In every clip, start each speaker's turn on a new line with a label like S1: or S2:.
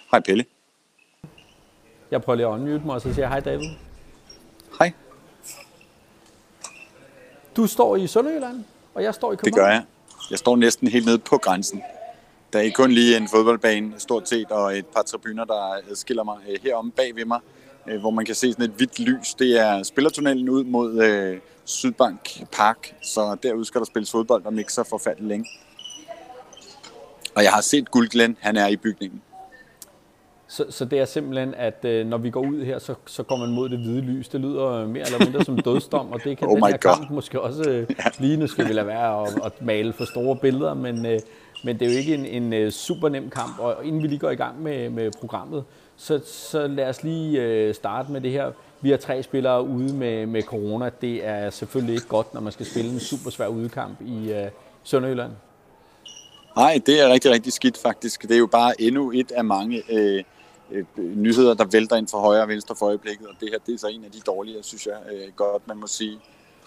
S1: Hej Pelle.
S2: Jeg prøver lige at unmute mig, og så siger jeg hej David.
S1: Hej.
S2: Du står i Sønderjylland, og jeg står i København.
S1: Det gør jeg. Jeg står næsten helt nede på grænsen. Der er kun lige en fodboldbane, stort set, og et par tribuner, der adskiller mig heromme bag ved mig, hvor man kan se sådan et hvidt lys. Det er spillertunnelen ud mod Sydbank Park, så derude skal der spilles fodbold, og ikke så forfærdeligt længe. Og jeg har set Guldglen, han er i bygningen.
S2: Så det er simpelthen, at når vi går ud her, så går man mod det hvide lys. Det lyder mere eller mindre som dødsdom, og det kan den her kamp måske også lige. Nu skal vi lade være at male for store billeder, men det er jo ikke en super nem kamp. Og inden vi lige går i gang med programmet, så lad os lige starte med det her. Vi har 3 spillere ude med corona. Det er selvfølgelig ikke godt, når man skal spille en super svær udekamp i Sønderjylland.
S1: Nej, det er rigtig, rigtig skidt faktisk. Det er jo bare endnu et af mange nyheder, der vælter ind fra højre og venstre for øjeblikket, og det her det er så en af de dårlige, synes jeg godt, man må sige.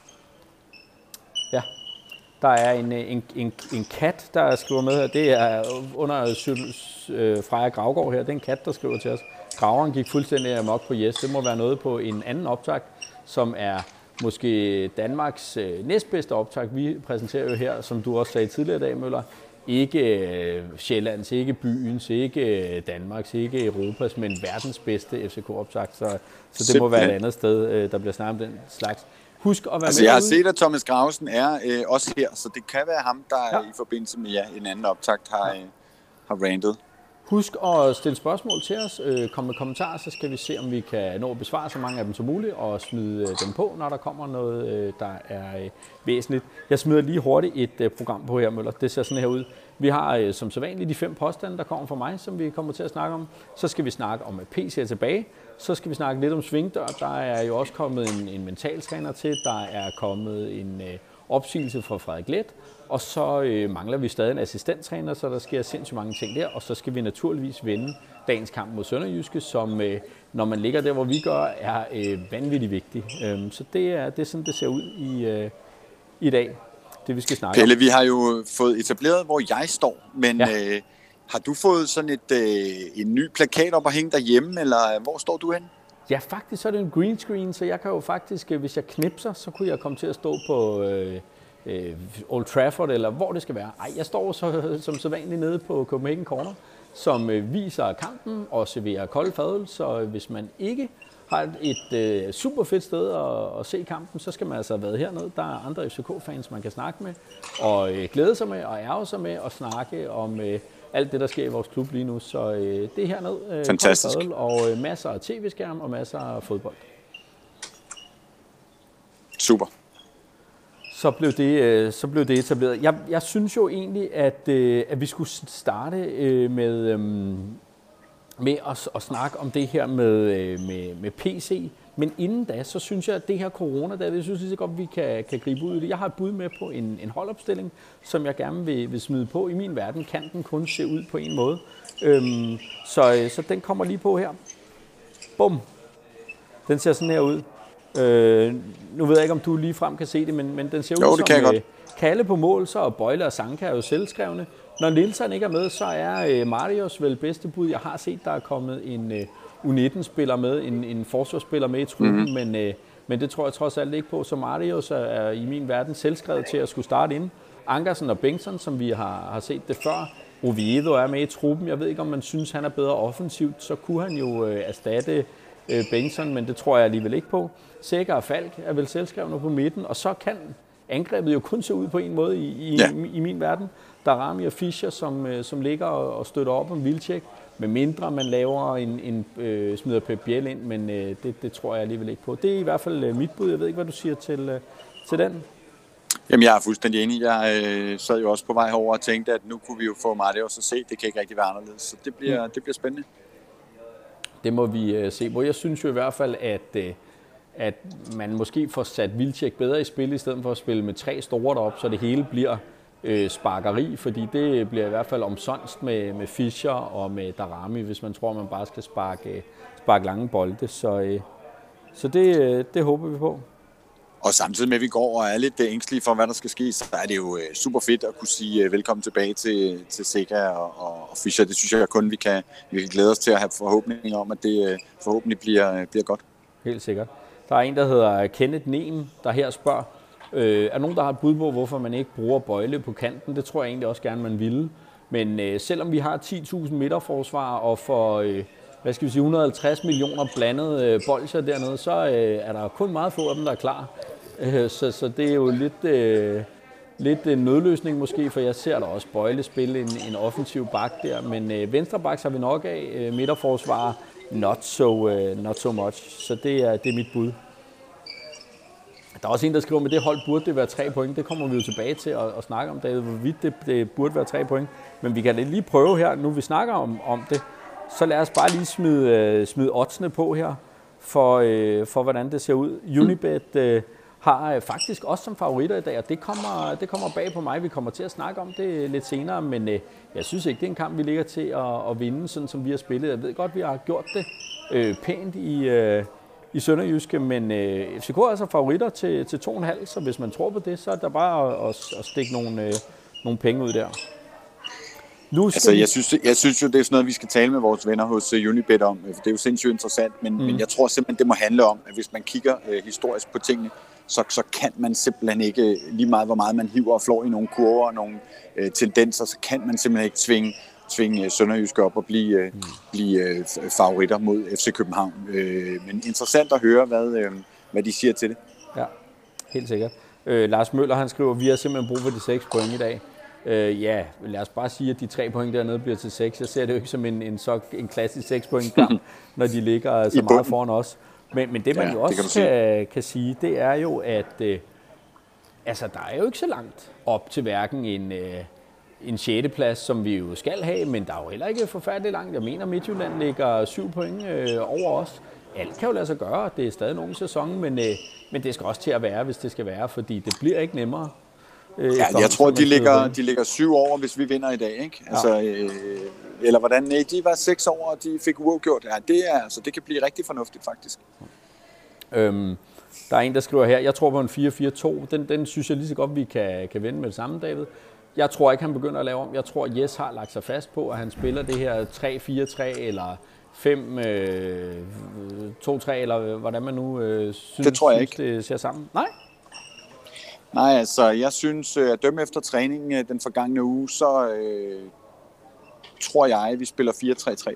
S2: Ja, der er en kat, der skriver med her. Det er under Freja Gravgaard her. Det er en kat, der skriver til os. Graveren gik fuldstændig amok på Yes. Det må være noget på en anden optag, som er måske Danmarks næstbedste optag. Vi præsenterer jo her, som du også sagde tidligere i dag, Møller, ikke Sjællands, ikke byens, ikke Danmarks, ikke Europas, men verdens bedste FCK-optag. Så det må være et andet sted, der bliver snakket om den slags. Husk at være med.
S1: Jeg har set, at Thomas Gravesen er også her, så det kan være ham, der i forbindelse med en anden optakt har rantet.
S2: Husk at stille spørgsmål til os. Kom med kommentarer, så skal vi se, om vi kan nå at besvare så mange af dem som muligt, og smide dem på, når der kommer noget, der er væsentligt. Jeg smider lige hurtigt et program på her, Møller. Det ser sådan her ud. Vi har som sædvanligt de 5 påstande, der kommer fra mig, som vi kommer til at snakke om. Så skal vi snakke om, at PC er tilbage. Så skal vi snakke lidt om svingdør. Der er jo også kommet en mentaltræner til. Der er kommet en opsigelse fra Frederik Let. Og så mangler vi stadig en assistenttræner, så der sker sindssygt mange ting der. Og så skal vi naturligvis vinde dagens kamp mod Sønderjyske, som når man ligger der, hvor vi gør, er vanvittigt vigtigt. Så det er sådan, det ser ud i dag, det vi skal snakke
S1: Pelle,
S2: om.
S1: vi har jo fået etableret, hvor jeg står, men har du fået sådan en ny plakat op at hænge derhjemme, eller hvor står du hen?
S2: Ja, faktisk så er det en green screen, så jeg kan jo faktisk, hvis jeg knipser, så kunne jeg komme til at stå på Old Trafford, eller hvor det skal være. Jeg står som sædvanligt nede på Copenhagen Corner, som viser kampen og serverer kold fadøl, så hvis man ikke har et super fedt sted at se kampen, så skal man altså have været hernede. Der er andre FCK-fans, man kan snakke med, og glæde sig med, og ærge sig med, og snakke om alt det, der sker i vores klub lige nu. Så det er hernede.
S1: Fantastisk.
S2: Kold fadøl, og masser af tv-skærm og masser af fodbold.
S1: Super.
S2: Så blev det etableret. Jeg synes jo egentlig, at vi skulle starte med at snakke om det her med PC. Men inden da, så synes jeg, at det her corona, jeg synes lige så godt, vi kan gribe ud i det. Jeg har et bud med på en holdopstilling, som jeg gerne vil smide på. I min verden kan den kun se ud på en måde. Så den kommer lige på her. Bum. Den ser sådan her ud. Nu ved jeg ikke, om du lige frem kan se det, men den ser ud som Kalle på mål, så Bøjle og Sanka er jo selvskrevne. Når Nielsen ikke er med, så er Marius vel bedste bud. Jeg har set, der er kommet en U19-spiller med, en forsvarsspiller med i truppen, men det tror jeg trods alt ikke på. Så Marius er i min verden selvskrevet til at skulle starte ind. Ankersen og Bengtsson, som vi har set det før. Oviedo er med i truppen. Jeg ved ikke, om man synes, han er bedre offensivt, så kunne han jo erstatte Bengtsson, men det tror jeg alligevel ikke på. Sækker og Falk er vel selvskrevne på midten, og så kan angrebet jo kun se ud på en måde i min verden. Der er Rami og Fischer, som ligger og støtter op om Wilczek, med mindre man laver smider Pep Biel ind, men det tror jeg alligevel ikke på. Det er i hvert fald mit bud. Jeg ved ikke, hvad du siger til den.
S1: Jamen, jeg er fuldstændig enig. Jeg sad jo også på vej herover og tænkte, at nu kunne vi jo få Marius at se. Det kan ikke rigtig være anderledes, så det bliver spændende.
S2: Det må vi se på. Jeg synes jo i hvert fald, at man måske får sat Wilczek bedre i spil, i stedet for at spille med 3 store derop, så det hele bliver sparkeri, fordi det bliver i hvert fald omsonst med Fischer og med Darami, hvis man tror, man bare skal sparke lange bolde. Så det håber vi på.
S1: Og samtidig med, at vi går og er lidt ængstelige for, hvad der skal ske, så er det jo super fedt at kunne sige velkommen tilbage til Sega og Fischer. Det synes jeg kun, vi kan glæde os til at have forhåbninger om, at det forhåbentlig bliver godt.
S2: Helt sikkert. Der er en, der hedder Kenneth Nem, der her spørger, er nogen, der har et bud på, hvorfor man ikke bruger Bøjle på kanten? Det tror jeg egentlig også gerne, man ville. Men selvom vi har 10.000 midterforsvar og for 150 millioner blandede bolcher dernede, så er der kun meget få af dem, der er klar. Så det er jo lidt en nødløsning måske, for jeg ser da også Bøjle spille en offensiv bak der. Men venstre bak har vi nok af, midterforsvar not so much. Så det er mit bud. Der er også en, der skriver, med det hold burde det være 3 point. Det kommer vi jo tilbage til at snakke om, David, hvorvidt det burde være 3 point. Men vi kan lige prøve her, nu vi snakker om det. Så lad os bare lige smide oddsene på her, for hvordan det ser ud. Unibet har faktisk også som favoritter i dag, og det kommer bag på mig. Vi kommer til at snakke om det lidt senere, men jeg synes ikke, det er en kamp, vi ligger til at vinde, sådan som vi har spillet. Jeg ved godt, vi har gjort det pænt i Sønderjyske, men FCK er altså favoritter til 2,5, så hvis man tror på det, så er der bare at stikke nogle penge ud der.
S1: Jeg synes jo, det er sådan noget, vi skal tale med vores venner hos Unibet om, for det er jo sindssygt interessant, men jeg tror simpelthen, det må handle om, at hvis man kigger historisk på tingene, så kan man simpelthen ikke, lige meget hvor meget man hiver og flår i nogle kurver og nogle tendenser, så kan man simpelthen ikke tvinge Sønderjyske op og blive favoritter mod FC København. Men interessant at høre, hvad de siger til det.
S2: Ja, helt sikkert. Lars Møller, han skriver, vi har simpelthen brug for de 6 point i dag. Ja, lad os bare sige, at de 3 point dernede bliver til 6. Jeg ser det jo ikke som en klassisk 6 point kamp, når de ligger så meget foran os. Men det man jo også kan sige, det er jo, at der er jo ikke så langt op til hverken en 6. plads, som vi jo skal have, men der er jo heller ikke forfærdeligt langt. Jeg mener, Midtjylland ligger 7 point over os. Alt kan jo lade sig gøre, det er stadig nogen sæson, men det skal også til at være, hvis det skal være, fordi det bliver ikke nemmere.
S1: Jeg tror, de ligger 7 over, hvis vi vinder i dag, ikke? Altså, eller hvordan? Nej, de var 6 over, og de fik uafgjort. Ja, det kan blive rigtig fornuftigt, faktisk.
S2: Der er en, der skriver her, jeg tror på en 4-4-2. Den synes jeg lige så godt, vi kan vende med det samme, David. Jeg tror ikke, han begynder at lave om. Jeg tror, Jes har lagt sig fast på, at han spiller det her 3-4-3 eller 5-2-3, eller hvordan man nu synes,
S1: det tror jeg ikke.
S2: Det ser sammen.
S1: Nej, altså jeg synes, at dømme efter træningen den forgangne uge, så tror jeg, at vi spiller 4-3-3.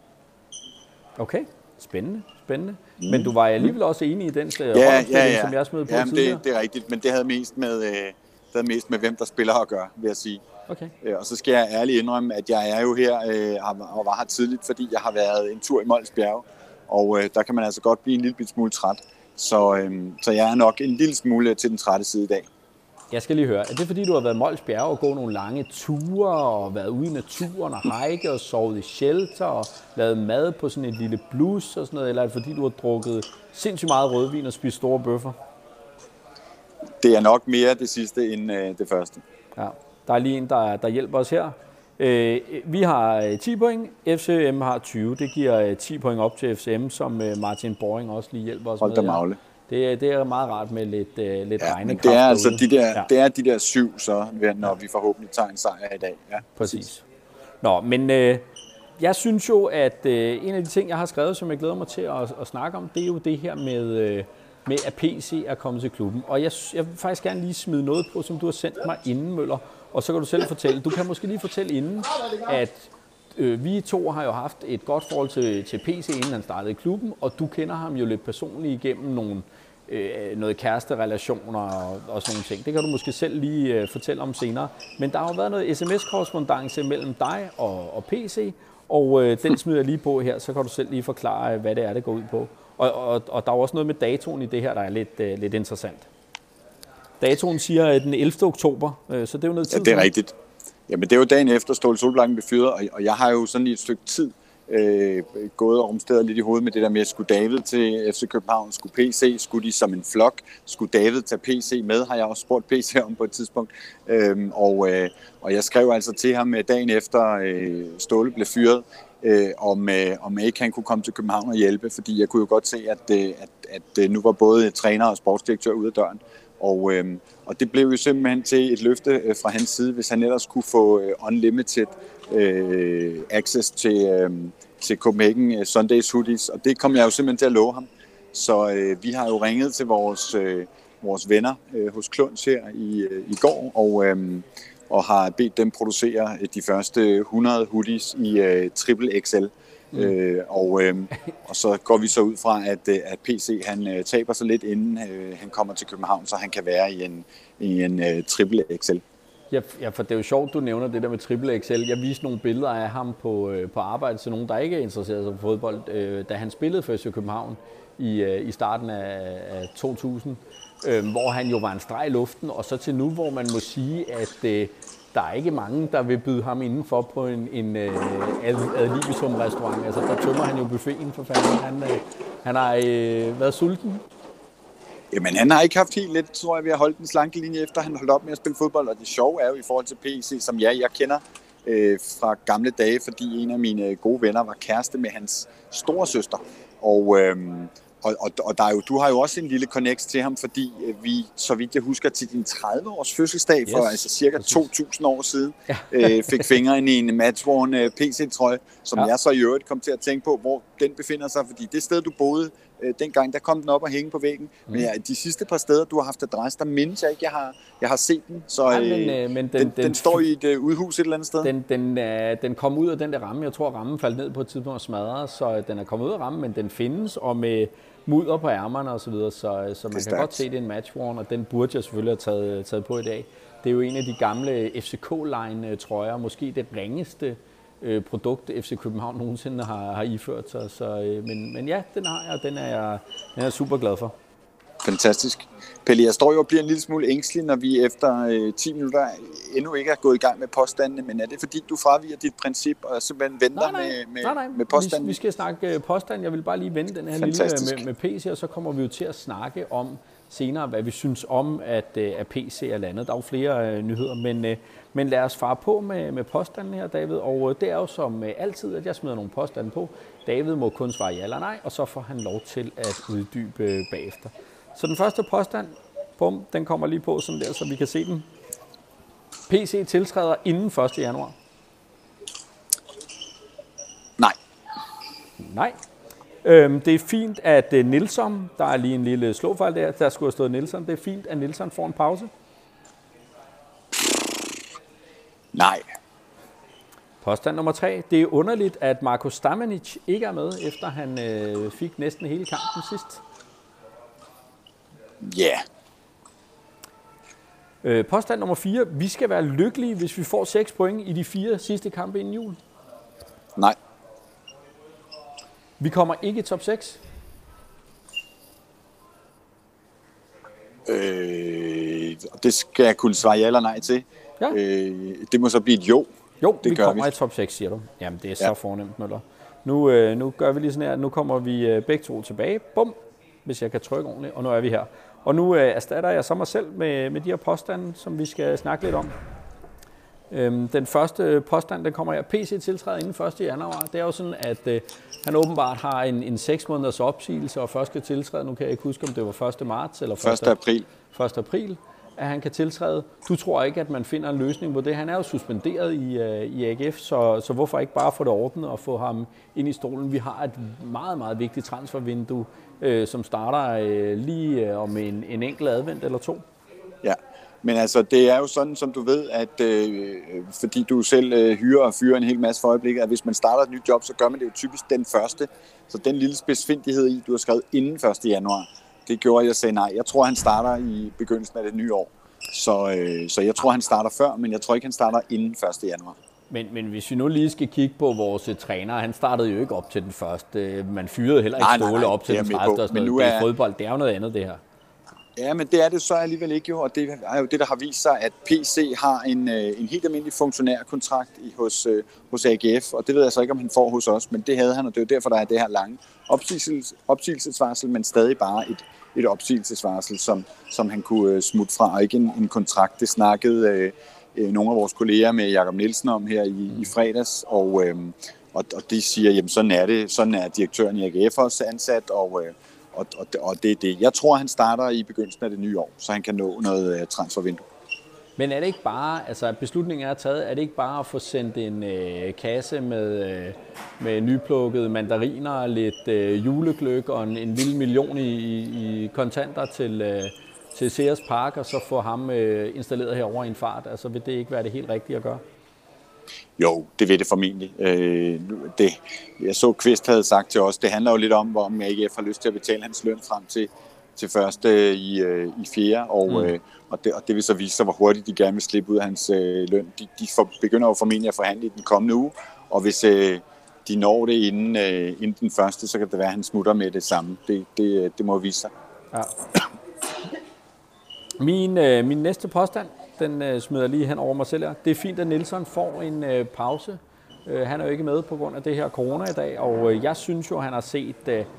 S2: Okay, spændende. Men du var alligevel også enig i den holdopstilling, som jeg smed på tidligere?
S1: Det er rigtigt, men det havde mest med hvem der spiller at gøre, vil jeg sige.
S2: Okay.
S1: Og så skal jeg ærligt indrømme, at jeg er jo her og var her tidligt, fordi jeg har været en tur i Mols Bjerge, og der kan man altså godt blive en lille smule træt. Så jeg er nok en lille smule til den trætte side i dag.
S2: Jeg skal lige høre, er det fordi, du har været i Mols Bjerge og gået nogle lange ture og været ude i naturen og hike og sovet i shelter og lavet mad på sådan et lille blus og sådan noget, eller er det fordi, du har drukket sindssygt meget rødvin og spist store bøffer?
S1: Det er nok mere det sidste end det første.
S2: Ja, der er lige en, der hjælper os her. Vi har 10 point, FCM har 20. Det giver 10 point op til FCM, som Martin Boring også lige hjælper os
S1: med. Magle.
S2: Det er meget rart med lidt regnekraft.
S1: Det er altså det er de der 7, så, når vi forhåbentlig tager en sejr i dag. Ja,
S2: præcis. Nå, men jeg synes jo, at en af de ting, jeg har skrevet, som jeg glæder mig til at snakke om, det er jo det her med at PC er kommet til klubben. Og jeg vil faktisk gerne lige smide noget på, som du har sendt mig inden, Møller. Og så kan du selv fortælle. Du kan måske lige fortælle inden, at vi to har jo haft et godt forhold til PC, inden han startede i klubben. Og du kender ham jo lidt personligt igennem noget kæresterelationer og sådan nogle ting. Det kan du måske selv lige fortælle om senere. Men der har jo været noget sms-korrespondance mellem dig og PC. Og den smider jeg lige på her, så kan du selv lige forklare, hvad det er, det går ud på. Og der er også noget med datoen i det her, der er lidt interessant. Datoen siger den 11. oktober, så det er jo noget tid.
S1: Ja, det er rigtigt. Jamen, det er jo dagen efter Ståle Solbakken blev fyret, og jeg har jo sådan i et stykke tid gået og rumsteret lidt i hovedet med det der med, skulle David til FC København, skulle PC, skulle de som en flok, skulle David tage PC med, har jeg også spurgt PC om på et tidspunkt. Og jeg skrev altså til ham dagen efter Ståle blev fyret, om ikke han kunne komme til København og hjælpe, fordi jeg kunne jo godt se, at nu var både træner og sportsdirektør ude af døren. Og det blev jo simpelthen til et løfte fra hans side, hvis han ellers kunne få unlimited access til Copenhagen Sundays hoodies, og det kom jeg jo simpelthen til at love ham. Så vi har jo ringet til vores venner hos Klunds her i går, og har bedt dem producere de første 100 hoodies i triple XL. Og så går vi så ud fra, at PC han taber sig lidt, inden han kommer til København, så han kan være i en triple XL.
S2: Ja, for det er jo sjovt, du nævner det der med triple XL. Jeg viste nogle billeder af ham på arbejde til nogen, der ikke er interesseret sig for fodbold, da han spillede for FC København i starten af 2000, hvor han jo var en streg i luften, og så til nu, hvor man må sige, at der er ikke mange, der vil byde ham indenfor på en ad libitum-restaurant. Altså, der tømmer han jo buffeten for fanden. Han har været sulten.
S1: Jamen, han har ikke haft helt lidt, tror jeg, ved at holde den slanke linje, efter han holdt op med at spille fodbold. Og det sjove er jo i forhold til PC, som jeg kender fra gamle dage, fordi en af mine gode venner var kæreste med hans store søster. Og der er jo, du har jo også en lille connect til ham, fordi vi, så vidt jeg husker, til din 30-års fødselsdag for altså cirka 2.000 år siden, fik fingeren i en matchworn PC-trøje, som jeg så i øvrigt kom til at tænke på, hvor den befinder sig, fordi det sted, du boede dengang, der kom den op og hænge på væggen. Men de sidste par steder, du har haft adresse, der mindes jeg ikke, jeg har set den. Så men den står i et udhus et eller andet sted.
S2: Den kom ud af den der ramme. Jeg tror, rammen faldt ned på et tidspunkt og smadrede, så den er kommet ud af rammen, men den findes, og med mudder på ærmerne og så videre, så man kan godt se, det er en matchworn, og den burde jeg selvfølgelig have taget på i dag. Det er jo en af de gamle FCK-line trøjer, måske det ringeste produkt, FC København nogensinde har iført sig. Men ja, den har jeg, og den er jeg super glad for.
S1: Fantastisk. Pelle, jeg står jo og bliver en lille smule ængstelig, når vi efter 10 minutter endnu ikke er gået i gang med påstandene, men er det fordi, du fraviger dit princip og simpelthen venter med påstanden?
S2: Vi skal snakke påstand. Jeg vil bare lige vende den her lille med PC, og så kommer vi jo til at snakke om senere, hvad vi synes om, at PC er landet. Der er jo flere nyheder, men lad os fare på med påstanden her, David. Og det er jo som altid, at jeg smider nogle påstande på. David må kun svare ja eller nej, og så får han lov til at uddybe bagefter. Så den første påstand, bum, den kommer lige på sådan der, så vi kan se den. PC tiltræder inden 1. januar. Nej. Det er fint, at Nilsson, der er lige en lille slåfejl der skulle have stået Nilsson. Det er fint, at Nilsson får en pause.
S1: Nej.
S2: Påstand nummer 3. Det er underligt, at Marko Stamenic ikke er med, efter han fik næsten hele kampen sidst.
S1: Ja.
S2: Yeah. Påstand nummer 4. Vi skal være lykkelige, hvis vi får 6 point i de 4 sidste kampe inden jul.
S1: Nej.
S2: Vi kommer ikke i top 6.
S1: Det skal jeg kunne svare ja eller nej til. Ja. Det må så blive et jo.
S2: Jo, vi kommer i top 6, siger du. Jamen, det er så fornemt, Møller. Nu gør vi lige sådan her. Nu kommer vi begge to tilbage. Bum, hvis jeg kan trykke ordentligt. Og nu er vi her. Og nu erstatter jeg så mig selv med de her påstande, som vi skal snakke lidt om. Den første påstand, den kommer her. PC tiltræder inden 1. januar. Det er jo sådan, at han åbenbart har en 6 måneders opsigelse, og først skal tiltræde. Nu kan jeg ikke huske, om det var 1. marts eller
S1: 1. april.
S2: 1. april, at han kan tiltræde. Du tror ikke, at man finder en løsning på det. Han er jo suspenderet i AGF, så hvorfor ikke bare få det ordnet og få ham ind i stolen? Vi har et meget, meget vigtigt transfervindue, som starter lige om en enkelt advent eller 2.
S1: Ja. Men altså, det er jo sådan, som du ved, at fordi du selv hyrer og fyrer en hel masse for øjeblikket, at hvis man starter et nyt job, så gør man det jo typisk den første. Så den lille spidsfindighed i, du har skrevet inden 1. januar, det gjorde, at jeg sagde nej. Jeg tror, han starter i begyndelsen af det nye år. Så jeg tror, han starter før, men jeg tror ikke, han starter inden 1. januar.
S2: Men hvis vi nu lige skal kigge på vores træner, han startede jo ikke op til den første. Man fyrede heller ikke Ståle op til den 30. Men nu er fodbold, det er jo noget andet, det her.
S1: Ja, men det er det så alligevel ikke jo, og det er jo det, der har vist sig, at PC har en helt almindelig funktionærkontrakt hos AGF, og det ved jeg så ikke, om han får hos os, men det havde han, og det er jo derfor, der er det her lange opsigelsesvarsel, men stadig bare et opsigelsesvarsel, som han kunne smutte fra, og ikke en kontrakt. Det snakkede nogle af vores kolleger med Jakob Nielsen om her i fredags, og de siger, jamen sådan er det, sådan er direktøren i AGF også ansat, og det er det. Jeg tror, han starter i begyndelsen af det nye år, så han kan nå noget transfervindue.
S2: Men er det ikke bare, altså beslutningen er taget, er det ikke bare at få sendt en kasse med nyplukkede mandariner, lidt julegløgg og en lille million i kontanter til Sears Park, og så få ham installeret herover i en fart? Altså vil det ikke være det helt rigtige at gøre?
S1: Jo, det vil det formentlig. Jeg så Kvist havde sagt til os, det handler jo lidt om AGF har lyst til at betale hans løn frem til første i fjerde, og det vil så vise sig, hvor hurtigt de gerne vil slippe ud af hans løn. De begynder jo formentlig at forhandle i den kommende uge, og hvis de når det inden den første, så kan det være, at han smutter med det samme. Det må vise sig.
S2: Ja. Min næste påstand, den smider lige hen over mig selv her. Det er fint, at Nielsen får en pause. Han er jo ikke med på grund af det her corona i dag, og jeg synes jo, han har set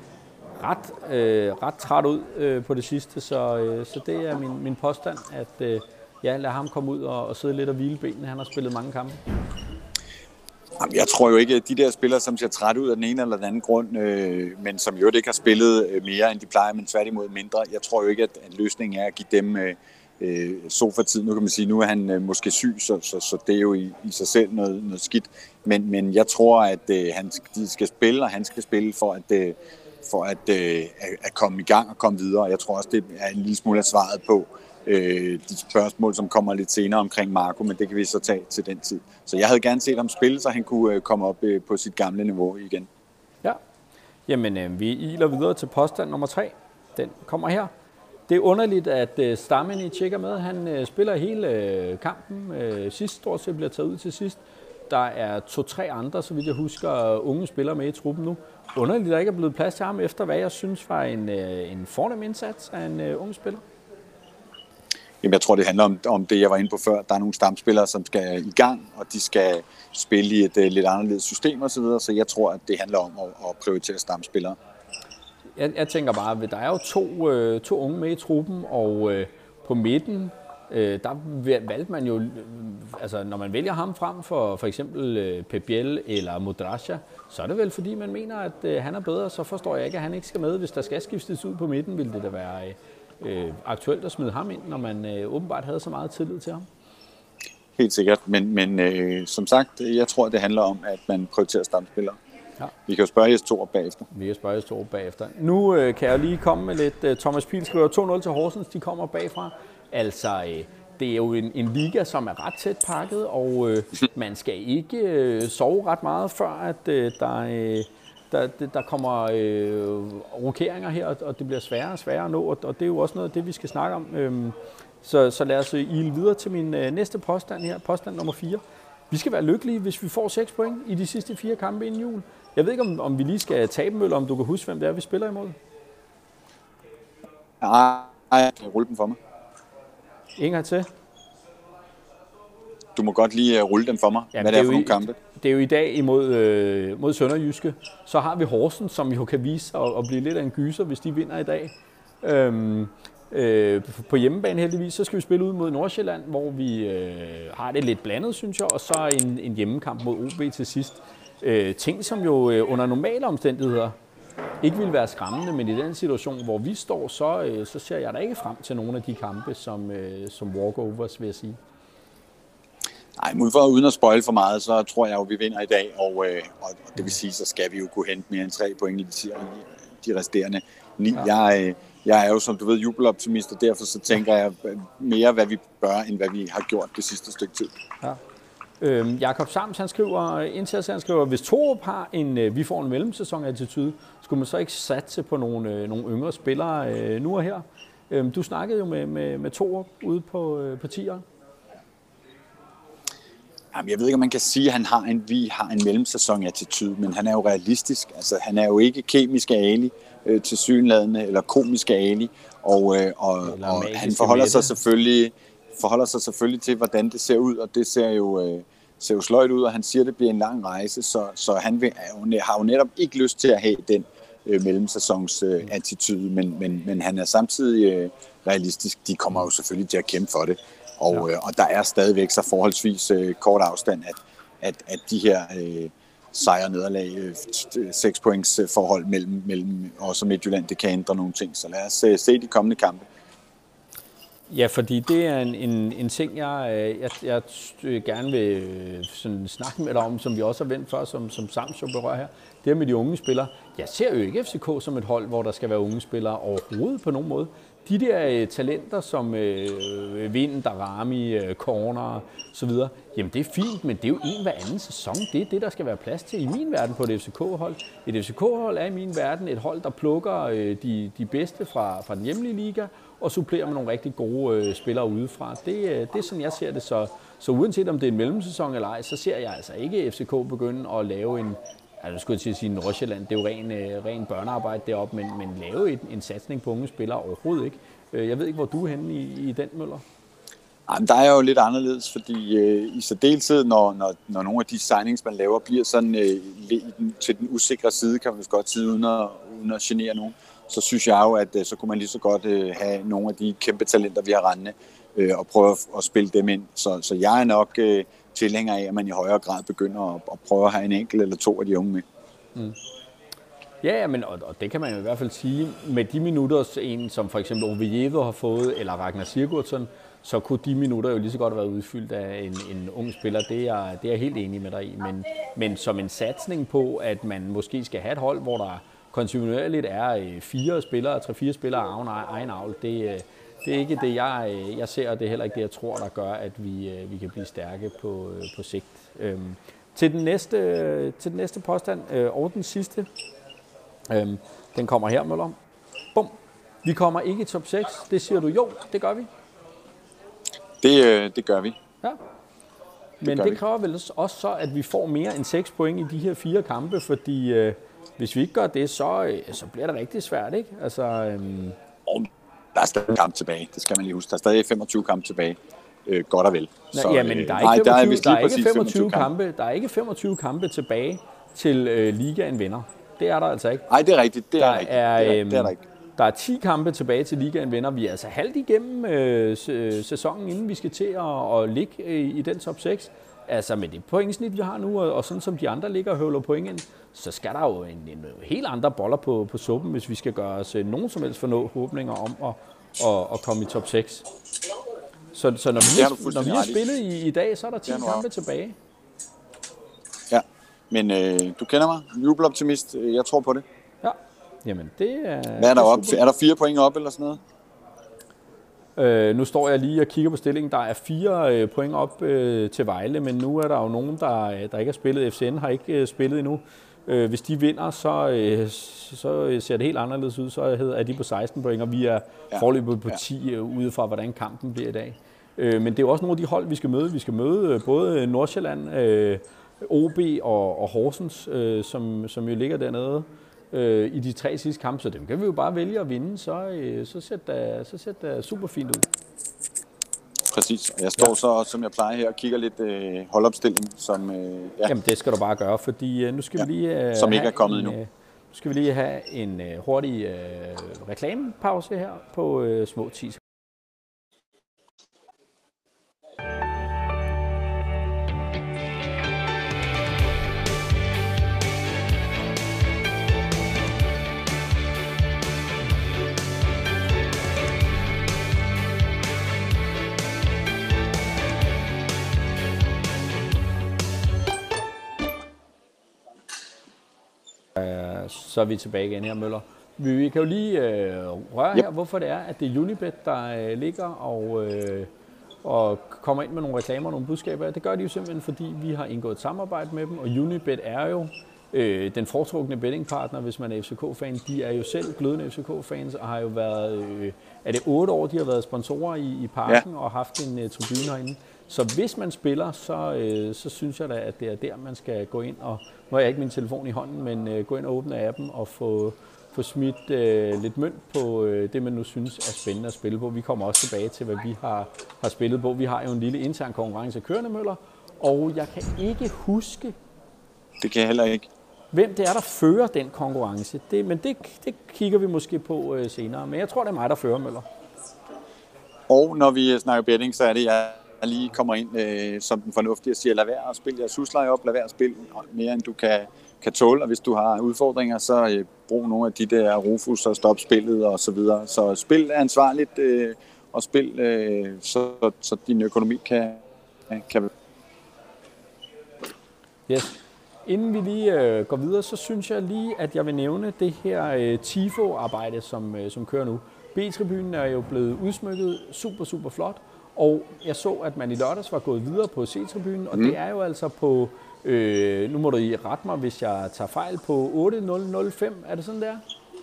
S2: ret træt ud på det sidste, så det er min påstand, at lad ham komme ud og sidde lidt og hvile benene. Han har spillet mange kampe.
S1: Jamen, jeg tror jo ikke, at de der spillere, som ser træt ud af den ene eller den anden grund, men som jo ikke har spillet mere, end de plejer, men tværtimod mindre, jeg tror jo ikke, at løsningen er at give dem sofatid. Nu kan man sige, nu er han måske syg, så det er jo i sig selv noget skidt. Men jeg tror, at de skal spille, og han skal spille for at komme i gang og komme videre. Jeg tror også, det er en lille smule af svaret på de spørgsmål, som kommer lidt senere omkring Marco, men det kan vi så tage til den tid. Så jeg havde gerne set ham spille, så han kunne komme op på sit gamle niveau igen. Ja,
S2: jamen vi iler videre til påstand nummer 3. Den kommer her. Det er underligt, at Stamenic ikke er med. Han spiller hele kampen. Sidst stort set bliver taget ud til sidst. Der er 2-3 andre, så vidt jeg husker, unge spillere med i truppen nu. Underligt, at der ikke er blevet plads til ham, efter hvad jeg synes var en fornem indsats af en ung spiller.
S1: Jamen, jeg tror, det handler om det, jeg var inde på før. Der er nogle stamspillere, som skal i gang, og de skal spille i et lidt anderledes system osv., så jeg tror, at det handler om at prioritere stamspillere.
S2: Jeg tænker bare, at der er jo to unge med i truppen, og på midten, der valgte man jo, altså når man vælger ham frem for eksempel Pep Biel eller Modrasja, så er det vel fordi, man mener, at han er bedre, så forstår jeg ikke, at han ikke skal med. Hvis der skal skiftes ud på midten, ville det da være aktuelt at smide ham ind, når man åbenbart havde så meget tillid til ham.
S1: Helt sikkert, men som sagt, jeg tror, det handler om, at man prioriterer stamspillere. Ja. Vi kan jo spørge Jes Torup bagefter. Nu kan jeg lige komme med lidt. Thomas Pihl skriver 2-0 til Horsens, de kommer bagfra. Altså, det er jo en liga, som er ret tæt pakket, og man skal ikke sove ret meget, før at der kommer rokeringer her, og det bliver sværere og sværere at nå, og det er jo også noget af det, vi skal snakke om. Så lad os ile videre til min næste påstand her, påstand nummer 4. Vi skal være lykkelige, hvis vi får 6 point i de sidste 4 kampe inden jul. Jeg ved ikke, om vi lige skal tabe dem, eller om du kan huske, hvem det er, vi spiller imod. Nej, jeg kan rulle dem for mig.
S2: Inger til.
S1: Du må godt lige rulle dem for mig. Jamen, hvad det er for nogle kampe.
S2: Det er jo i dag mod Sønderjyske. Så har vi Horsens, som jo kan vise sig at blive lidt af en gyser, hvis de vinder i dag. På hjemmebane heldigvis, så skal vi spille ud mod Nordsjælland, hvor vi har det lidt blandet, synes jeg, og så en hjemmekamp mod OB til sidst. Ting, som jo under normale omstændigheder ikke vil være skræmmende, men i den situation, hvor vi står, så ser jeg da ikke frem til nogle af de kampe som walkovers, vil jeg sige.
S1: Nej, uden at spoil for meget, så tror jeg jo, vi vinder i dag, og det vil sige, så skal vi jo kunne hente mere end 3 point i de resterende 9. Ja. Jeg er jo, som du ved, jubeloptimist, og derfor så tænker jeg mere, hvad vi bør, end hvad vi har gjort det sidste stykke tid. Ja.
S2: Jakob Sams, han skriver, hvis Torup har vi får en mellemsæson-attitude, skulle man så ikke satse på nogle yngre spillere nu og her? Du snakkede jo med Torup ude på tieren.
S1: Jamen, jeg ved ikke, om man kan sige, at vi har en mellemsæson-attitude, men han er jo realistisk. Altså, han er jo ikke kemisk Ali tilsyneladende, eller komisk Ali, og han forholder sig selvfølgelig til, hvordan det ser ud, og det ser jo sløjt ud, og han siger, at det bliver en lang rejse, så han har jo netop ikke lyst til at have den mellemsæsons-attitude, men han er samtidig realistisk. De kommer jo selvfølgelig til at kæmpe for det. Og der er stadigvæk så forholdsvis kort afstand, at de her sejr og nederlag, 6 points forhold mellem os og Midtjylland. Det kan ændre nogle ting, så lad os se de kommende kampe.
S2: Ja, fordi det er en ting, jeg gerne vil sådan snakke med dig om, som vi også har vendt før, som Sams jo berører her. Det er med de unge spillere. Jeg ser jo ikke FCK som et hold, hvor der skal være unge spillere overhovedet på nogen måde. De der talenter som Vind, Darami, Corner osv., jamen det er fint, men det er jo en hver anden sæson. Det er det, der skal være plads til i min verden på et FCK-hold. Et FCK-hold er i min verden et hold, der plukker de bedste fra den hjemlige liga, og supplerer med nogle rigtig gode spillere udefra. Det er sådan, jeg ser det. Så uanset om det er en mellemsæson eller ej, så ser jeg altså ikke FCK begynde at lave en, altså skulle jeg sige Nordsjælland, det er jo ren børnearbejde deroppe, men lave en satsning på unge spillere overhovedet ikke. Jeg ved ikke, hvor du er henne i den, Møller.
S1: Jamen, der er jo lidt anderledes, fordi i særdeleshed, når nogle af de signings, man laver, bliver sådan til den usikre side, kan man godt sige, uden at genere nogen, så synes jeg jo, at så kunne man lige så godt have nogle af de kæmpe talenter, vi har rendende, og prøve at spille dem ind. Så jeg er nok tilhænger af, at man i højere grad begynder at prøve at have en enkelt eller to af de unge med.
S2: Mm. Ja, men, og det kan man jo i hvert fald sige, med de minutter, en som for eksempel Oviedo har fået, eller Ragnar Sigurdsson, så kunne de minutter jo lige så godt have været udfyldt af en ung spiller. Det er jeg helt enig med dig i. Men som en satsning på, at man måske skal have et hold, hvor der kontinuerligt er 3-4 spillere af egen avl, det er ikke det, jeg ser, og det er heller ikke det, jeg tror, der gør, at vi kan blive stærke på sigt. Til den næste påstand, og den sidste, den kommer her, Møller. Bum. Vi kommer ikke i top 6. Det siger du jo, det gør vi.
S1: Det gør vi.
S2: Ja. Men det kræver vel også så, at vi får mere end 6 point i de her 4 kampe, fordi hvis vi ikke gør det, så bliver det rigtig svært, ikke? Altså,
S1: der er stadig kamp tilbage, det skal man lige huske. Der er stadig 25 kampe tilbage. Godt og vel.
S2: Så, ja, men der er ikke 25 kampe tilbage til ligaen vinder. Det er der altså ikke.
S1: Nej, det er rigtigt. Det er der ikke.
S2: Der er 10 kampe tilbage til ligaen vinder. Vi er altså halvt igennem sæsonen, inden vi skal til at ligge i den top 6. Altså med det pointsnit, vi har nu, og sådan som de andre ligger og høvler point ind, så skal der jo en helt andre boller på suppen, hvis vi skal gøre os nogen som helst forhåbninger om at komme i top 6. Så når vi har spillet i dag, så er der 10 kampe tilbage.
S1: Ja, men du kender mig. Jubeloptimist. Jeg tror på det.
S2: Ja, jamen det er...
S1: Hvad er der op? Er der 4 point op eller sådan noget?
S2: Nu står jeg lige og kigger på stillingen. Der er 4 point op til Vejle, men nu er der jo nogen, der ikke har spillet. FCN har ikke spillet endnu. Hvis de vinder, så ser det helt anderledes ud. Så er de på 16 point, og vi er foreløbet på 10 ude fra, hvordan kampen bliver i dag. Men det er jo også nogle af de hold, vi skal møde. Vi skal møde både Nordsjælland, OB og Horsens, som jo ligger dernede i de 3 sidste kampe. Så dem kan vi jo bare vælge at vinde, så ser det super fint ud.
S1: Præcis. Jeg står så, som jeg plejer her, og kigger lidt holdopstilling.
S2: Jamen det skal du bare gøre, fordi nu skal vi lige...
S1: som ikke er kommet endnu.
S2: Nu skal vi lige have en hurtig reklamepause her på små 10 sekunder. Så er vi tilbage igen her, Møller. Vi kan jo lige røre her, hvorfor det er, at det er Unibet, der ligger og kommer ind med nogle reklamer og nogle budskaber. Det gør de jo simpelthen, fordi vi har indgået et samarbejde med dem, og Unibet er jo den foretrukne bettingpartner, hvis man er FCK-fan. De er jo selv glødende FCK-fans og har jo været, er det 8 år, de har været sponsorer i parken og haft en tribune herinde. Så hvis man spiller, så synes jeg da, at det er der, man skal gå ind og... Nu har jeg ikke min telefon i hånden, men gå ind og åbne appen og få smidt lidt mønt på det, man nu synes er spændende at spille på. Vi kommer også tilbage til, hvad vi har spillet på. Vi har jo en lille intern konkurrence kørende, Møller, og jeg kan ikke huske...
S1: Det kan jeg heller ikke.
S2: Hvem det er, der fører den konkurrence. Men det kigger vi måske på senere. Men jeg tror, det er mig, der fører, Møller.
S1: Og når vi snakker betting, så er det lige kommer ind som den fornuftige og siger, lad være at spille jeres husleje op, lad være at spille mere, end du kan tåle, og hvis du har udfordringer, så brug nogle af de der Rufus og stop spillet og så videre. Så spil er ansvarligt, og spil, så din økonomi kan.
S2: Yes. Inden vi lige går videre, så synes jeg lige, at jeg vil nævne det her TIFO-arbejde, som kører nu. B-tribunen er jo blevet udsmykket super flot, og jeg så, at man i lørdags var gået videre på C-tribunen, og det er jo altså på, nu må du I rette mig, hvis jeg tager fejl, på 8005, er det sådan der?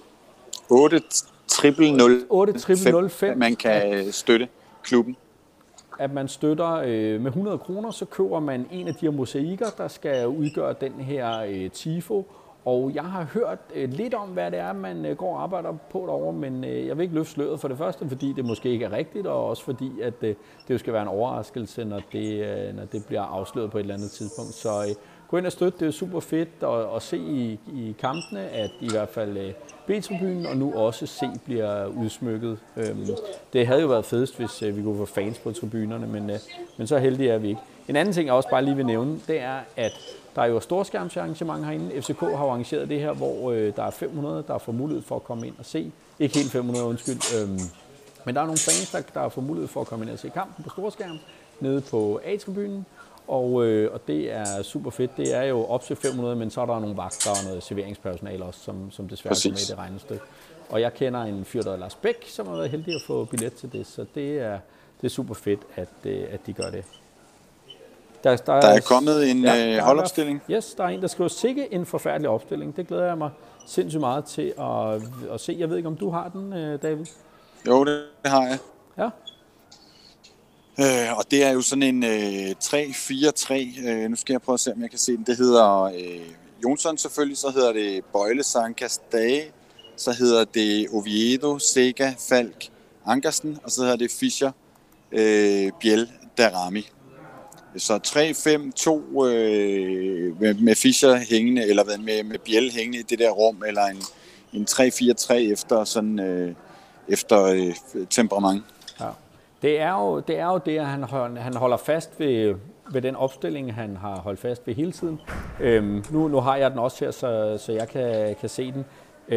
S1: 8005, man kan støtte klubben.
S2: At man støtter med 100 kroner, så køber man en af de her mosaikker, der skal udgøre den her TIFO. Og jeg har hørt lidt om, hvad det er, man går og arbejder på derovre, men jeg vil ikke løfte sløret for det første, fordi det måske ikke er rigtigt, og også fordi, at det jo skal være en overraskelse, når det bliver afsløret på et eller andet tidspunkt. Så gå ind og støtte, det er super fedt at se i kampene, at i hvert fald B-tribunen og nu også C bliver udsmykket. Det havde jo været fedest, hvis vi kunne få fans på tribunerne, men så heldige er vi ikke. En anden ting, jeg også bare lige vil nævne, det er, at der er jo storskærmsarrangement herinde. FCK har arrangeret det her, hvor der er 500, der får mulighed for at komme ind og se. Ikke helt 500, undskyld. Men der er nogle fans, der får mulighed for at komme ind og se kampen på storskærm nede på A-tribunen. Og det er super fedt. Det er jo op til 500, men så er der nogle vagter og noget serveringspersonale også, som desværre kommer med i det regnestykke. Og jeg kender en fyr, der hedder Lars Bæk, som har været heldig at få billet til det. Så det er super fedt, at de gør det. Der er kommet en holdopstilling. Yes, der er en, der skriver, sikke en forfærdelig opstilling. Det glæder jeg mig sindssygt meget til at se. Jeg ved ikke, om du har den, David?
S1: Jo, det har jeg.
S2: Ja.
S1: Og det er jo sådan en 3-4-3. Nu skal jeg prøve at se, om jeg kan se den. Det hedder Jonsson selvfølgelig, så hedder det Bøjle, Sankas, Dage. Så hedder det Oviedo, Sega, Falk, Ankersen. Og så hedder det Fischer, Biel, Darami. Så 3-5-2 med Fischer hængende, eller med Biel hængende i det der rum, eller en 3-4-3 efter sådan efter temperament. Ja.
S2: Det er jo det, at han holder fast ved den opstilling, han har holdt fast ved hele tiden. Nu har jeg den også her, så jeg kan se den.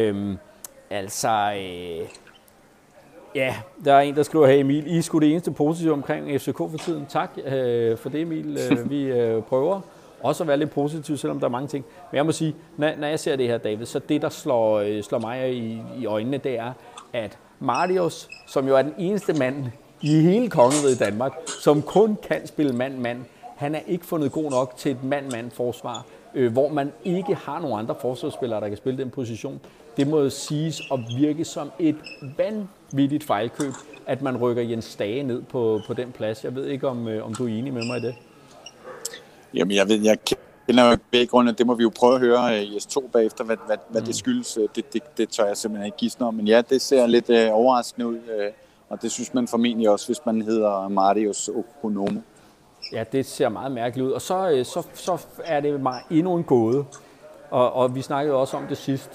S2: Ja, der er en, der skriver, hey Emil, I er sgu det eneste positive omkring FCK for tiden. Tak for det, Emil. Vi prøver også at være lidt positive, selvom der er mange ting. Men jeg må sige, når jeg ser det her, David, så det, der slår mig i øjnene, det er, at Marius, som jo er den eneste mand i hele kongeriget i Danmark, som kun kan spille mand-mand, han er ikke fundet god nok til et mand-mand-forsvar, hvor man ikke har nogen andre forsvarsspillere, der kan spille den position. Det må jo siges at virke som et vanvittigt fejlkøb, at man rykker Jens Stage ned på den plads. Jeg ved ikke, om du er enig med mig i det?
S1: Jamen, jeg kender jo begge grunde. Det må vi jo prøve at høre i S2 bagefter, hvad det skyldes. Det tør jeg simpelthen ikke gisne om. Men ja, det ser lidt overraskende ud, og det synes man formentlig også, hvis man hedder Marius Okonomo.
S2: Ja, det ser meget mærkeligt ud. Og så er det mig endnu en gåde. Og vi snakkede også om det sidst.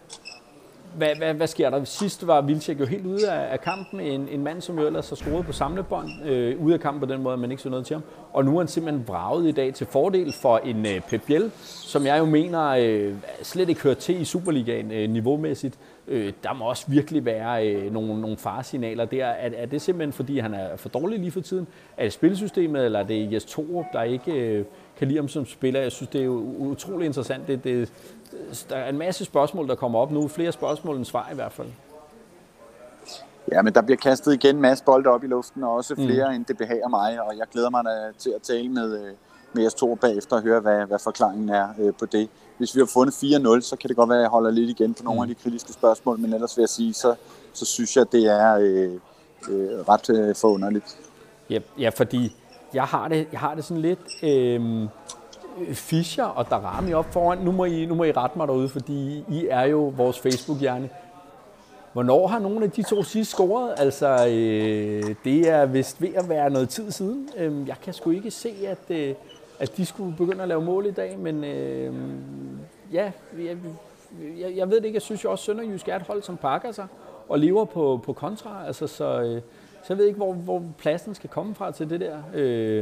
S2: Hvad sker der? Sidst var Wilczek jo helt ude af kampen. En mand, som jo ellers har scoret på samlebånd. Ude af kampen på den måde, at man ikke så noget til ham. Og nu er han simpelthen vraget i dag til fordel for en Pep Biel, som jeg jo mener slet ikke hører til i Superligaen niveaumæssigt. Der må også virkelig være nogle faresignaler der. Er det simpelthen, fordi han er for dårlig lige for tiden? Er det spilsystemet, eller er det Jes Torup, der ikke kan lide ham som spiller? Jeg synes, det er jo utrolig interessant. Der er en masse spørgsmål, der kommer op nu. Flere spørgsmål end svar i hvert fald.
S1: Ja, men der bliver kastet igen en masse bolde op i luften, og også flere, end det behager mig. Og jeg glæder mig til at tale med Jes Torup bagefter og høre, hvad forklaringen er på det. Hvis vi har fundet 4-0, så kan det godt være, at jeg holder lidt igen på nogle af de kritiske spørgsmål. Men ellers vil jeg sige, så synes jeg, det er ret forunderligt.
S2: Ja, fordi jeg har det sådan lidt... Fischer og Darami op foran. Nu må I rette mig derude, fordi I er jo vores Facebook-hjerne. Hvornår har nogle af de to sidst scoret? Altså, det er vist ved at være noget tid siden. Jeg kan sgu ikke se, at de skulle begynde at lave mål i dag, men ja, jeg ved det ikke. Jeg synes jo også, at Sønderjysk er et hold, som pakker sig og lever på kontra. Altså, Så jeg ved ikke, hvor pladsen skal komme fra til det der.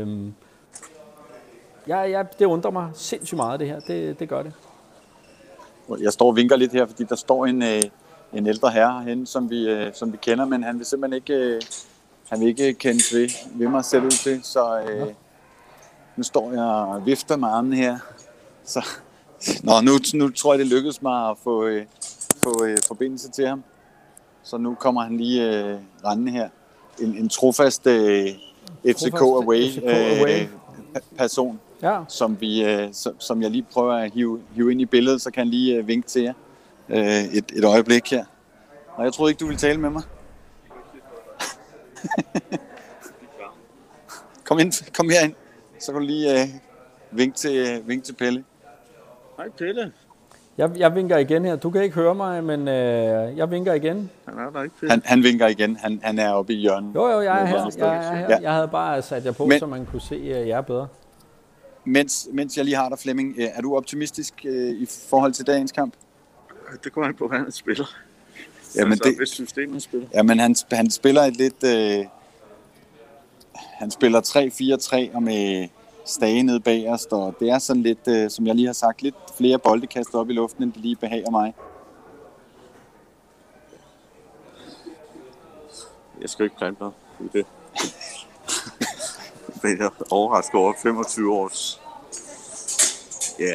S2: Det undrer mig sindssygt meget, det her. Det gør det.
S1: Jeg står og vinker lidt her, fordi der står en ældre herre herinde, som vi kender, men han vil simpelthen ikke kendes ved mig selv ud til, så nu står jeg og vifter med armen her. Så, nu tror jeg, det lykkedes mig at få forbindelse til ham. Så nu kommer han lige rendende her. En trofast FCK away person,
S2: ja.
S1: som jeg lige prøver at hive ind i billedet, så kan han lige vinke til jer et øjeblik her. Og jeg troede ikke, du ville tale med mig. Kom herind, så kan du lige vinke til Pelle.
S3: Hej Pelle.
S2: Jeg vinker igen her. Du kan ikke høre mig, men jeg vinker igen.
S3: Han er der ikke, Pelle.
S1: Han vinker igen. Han er oppe i hjørnet.
S2: Jo, jeg er her. Jeg havde bare sat jer på, så man kunne se jer bedre.
S1: Mens jeg lige har dig, Flemming, er du optimistisk i forhold til dagens kamp?
S3: Det går an på, hvad han spiller.
S1: Jamen
S3: altså, hvis systemet spiller.
S1: Jamen, han spiller et lidt... han spiller 3-4-3 og med Stage nede bagerst, og det er sådan lidt, som jeg lige har sagt, lidt flere bolde kastet op i luften, end det lige behager mig.
S3: Jeg skal ikke plante noget i det. Men jeg overrasket over 25 års. Ja.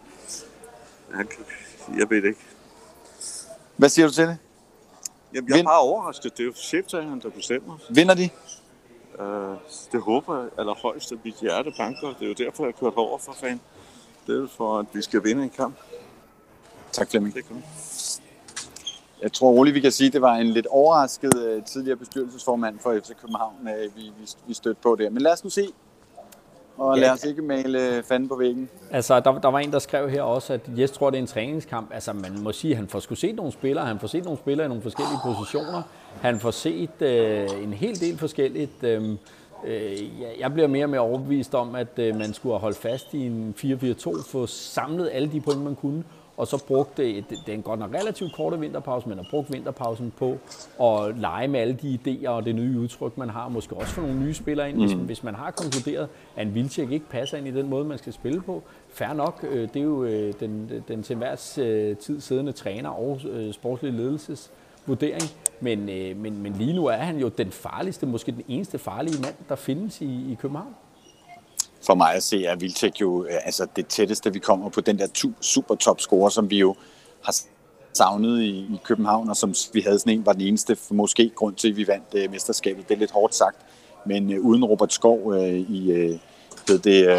S3: Jeg ved det ikke.
S1: Hvad siger du til det?
S3: Jamen, jeg er bare overrasket. Det er jo cheftræneren, der bestemmer.
S1: Vinder de?
S3: Det håber jeg allerhøjst, at mit hjerte banker. Det er jo derfor, jeg kørt over for fan. Det er for, at vi skal vinde en kamp.
S1: Tak, Flemming. Jeg tror roligt, vi kan sige, at det var en lidt overrasket tidligere bestyrelsesformand for FC København, vi stødte på der. Men lad os nu se, og lad os ikke male fanden på væggen.
S2: Altså, der var en, der skrev her også, at Jes tror, det er en træningskamp. Altså, man må sige, at han får sgu set nogle spillere. Han får set nogle spillere i nogle forskellige positioner. Han får set en hel del forskelligt. Jeg bliver mere og mere overbevist om, at man skulle have holdt fast i en 4-4-2, få samlet alle de point, man kunne, og så brugte det er en godt nok relativt korte vinterpause, men har brugt vinterpausen på at lege med alle de idéer og det nye udtryk, man har, måske også få nogle nye spillere ind, hvis man har konkluderet, at en Wilczek ikke passer ind i den måde, man skal spille på. Fair nok, det er jo den til enhver tid siddende træner og sportslig ledelses vurdering, men lige nu er han jo den farligste, måske den eneste farlige mand, der findes i København.
S1: For mig at se er Wilczek jo altså det tætteste, vi kommer på den der super top scorer, som vi jo har savnet i København, og som vi havde sådan en, var den eneste måske grund til, at vi vandt mesterskabet. Det er lidt hårdt sagt, men uden Robert Skov i 17-18,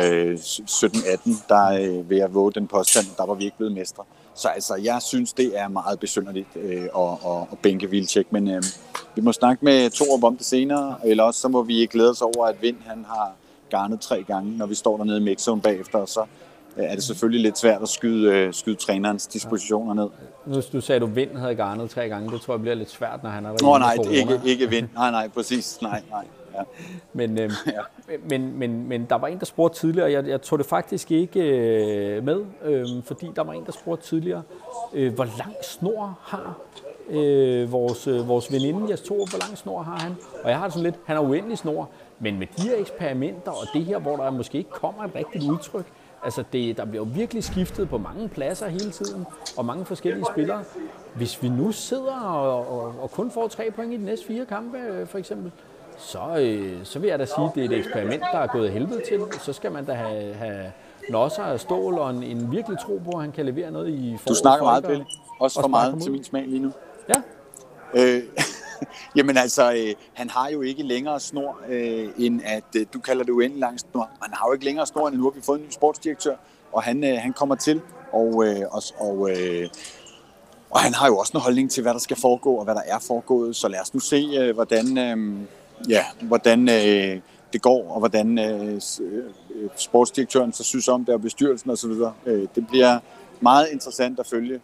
S1: der vil jeg våge den påstand, der var vi ikke blevet mestre. Så altså, jeg synes, det er meget besynderligt at bænke Wilczek, men vi må snakke med Torup om det senere, eller også så må vi glæde os over, at Vind han har garnet 3 gange, når vi står dernede i mixzone bagefter, og så er det selvfølgelig lidt svært at skyde trænerens dispositioner ned.
S2: Nu sagde du, Vind havde garnet 3 gange. Det tror jeg bliver lidt svært, når han har været
S1: nej, ikke Vind. Nej, præcis. Nej. Ja.
S2: Men der var en, der spurgte tidligere, jeg tog det faktisk ikke med, fordi der var en, der spurgte tidligere, hvor lang snor har vores veninde, Jes Torup, hvor lang snor har han? Og jeg har det sådan lidt, han har uendelig snor, men med de her eksperimenter og det her, hvor der måske ikke kommer et rigtigt udtryk, altså der bliver jo virkelig skiftet på mange pladser hele tiden, og mange forskellige spillere. Hvis vi nu sidder og kun får 3 point i de næste 4 kampe, for eksempel, så vil jeg da sige, at det er et eksperiment, der er gået helvede til. Så skal man da have nosser af stål og en virkelig tro på, at han kan levere noget i foråret.
S1: Du snakker meget, Pelle. Også for meget til min smag lige nu.
S2: Ja.
S1: Jamen altså, han har jo ikke længere snor, end at du kalder det uendelig lang snor. Han har jo ikke længere snor, end nu har vi fået en ny sportsdirektør, og han kommer til, og han har jo også en holdning til, hvad der skal foregå, og hvad der er foregået. Så lad os nu se, hvordan det går, og hvordan sportsdirektøren så synes om det, og bestyrelsen osv. Det bliver meget interessant at følge.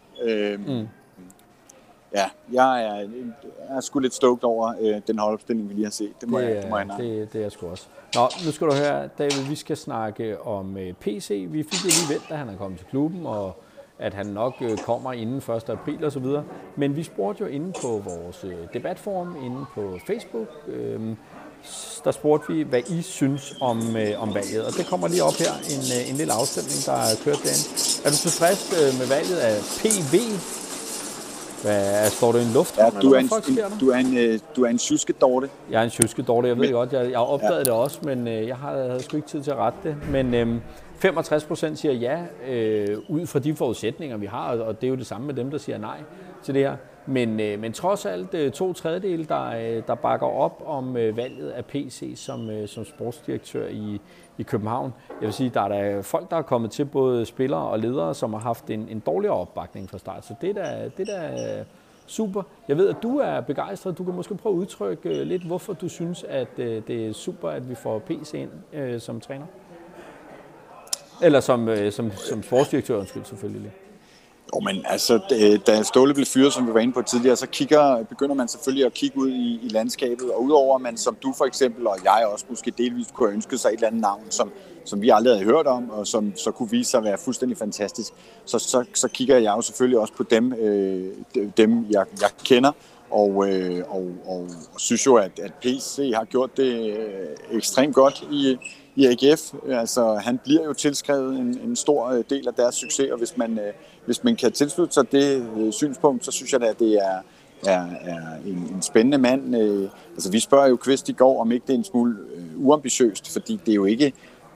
S1: Ja, jeg er sgu lidt stoked over den holdopstilling, vi lige har set. Det
S2: er jeg sgu også. Nå, nu skal du høre, David, vi skal snakke om PC. Vi fik det lige vendt, da han er kommet til klubben, og at han nok kommer inden 1. april og så videre. Men vi spurgte jo inde på vores debatforum, inde på Facebook, der spurgte vi, hvad I synes om valget. Og det kommer lige op her, en lille afstemning, der er kørt derinde. Er du tilfreds med valget af PV? Står du i en lufthavn?
S1: Ja, du er en tjuskedorte.
S2: Jeg er en tjuskedorte, jeg ved godt. Jeg opdagede det også, men jeg havde sgu ikke tid til at rette det. Men 65% siger ja, ud fra de forudsætninger, vi har, og det er jo det samme med dem, der siger nej til det her. Men trods alt 2/3, der bakker op om valget af PC som sportsdirektør i København. Jeg vil sige, der er der folk, der er kommet til, både spillere og ledere, som har haft en dårligere opbakning fra start. Så det er da super. Jeg ved, at du er begejstret. Du kan måske prøve at udtrykke lidt, hvorfor du synes, at det er super, at vi får PC ind som træner. Eller som sportsdirektør, undskyld selvfølgelig.
S1: Men altså, da Ståle blev fyret, som vi var inde på tidligere, så begynder man selvfølgelig at kigge ud i landskabet, og udover man, som du for eksempel, og jeg også måske delvis kunne have ønsket sig et eller andet navn, som vi aldrig havde hørt om, og som så kunne vise sig at være fuldstændig fantastisk, så kigger jeg jo selvfølgelig også på dem jeg kender, og synes jo, at PC har gjort det ekstremt godt i AGF. Altså, han bliver jo tilskrevet en stor del af deres succes, og hvis man kan tilslutte sig det synspunkt, så synes jeg da, at det er en spændende mand. Altså, vi spørger jo Kvist i går, om ikke det er en smule uambitiøst, fordi det er jo ikke...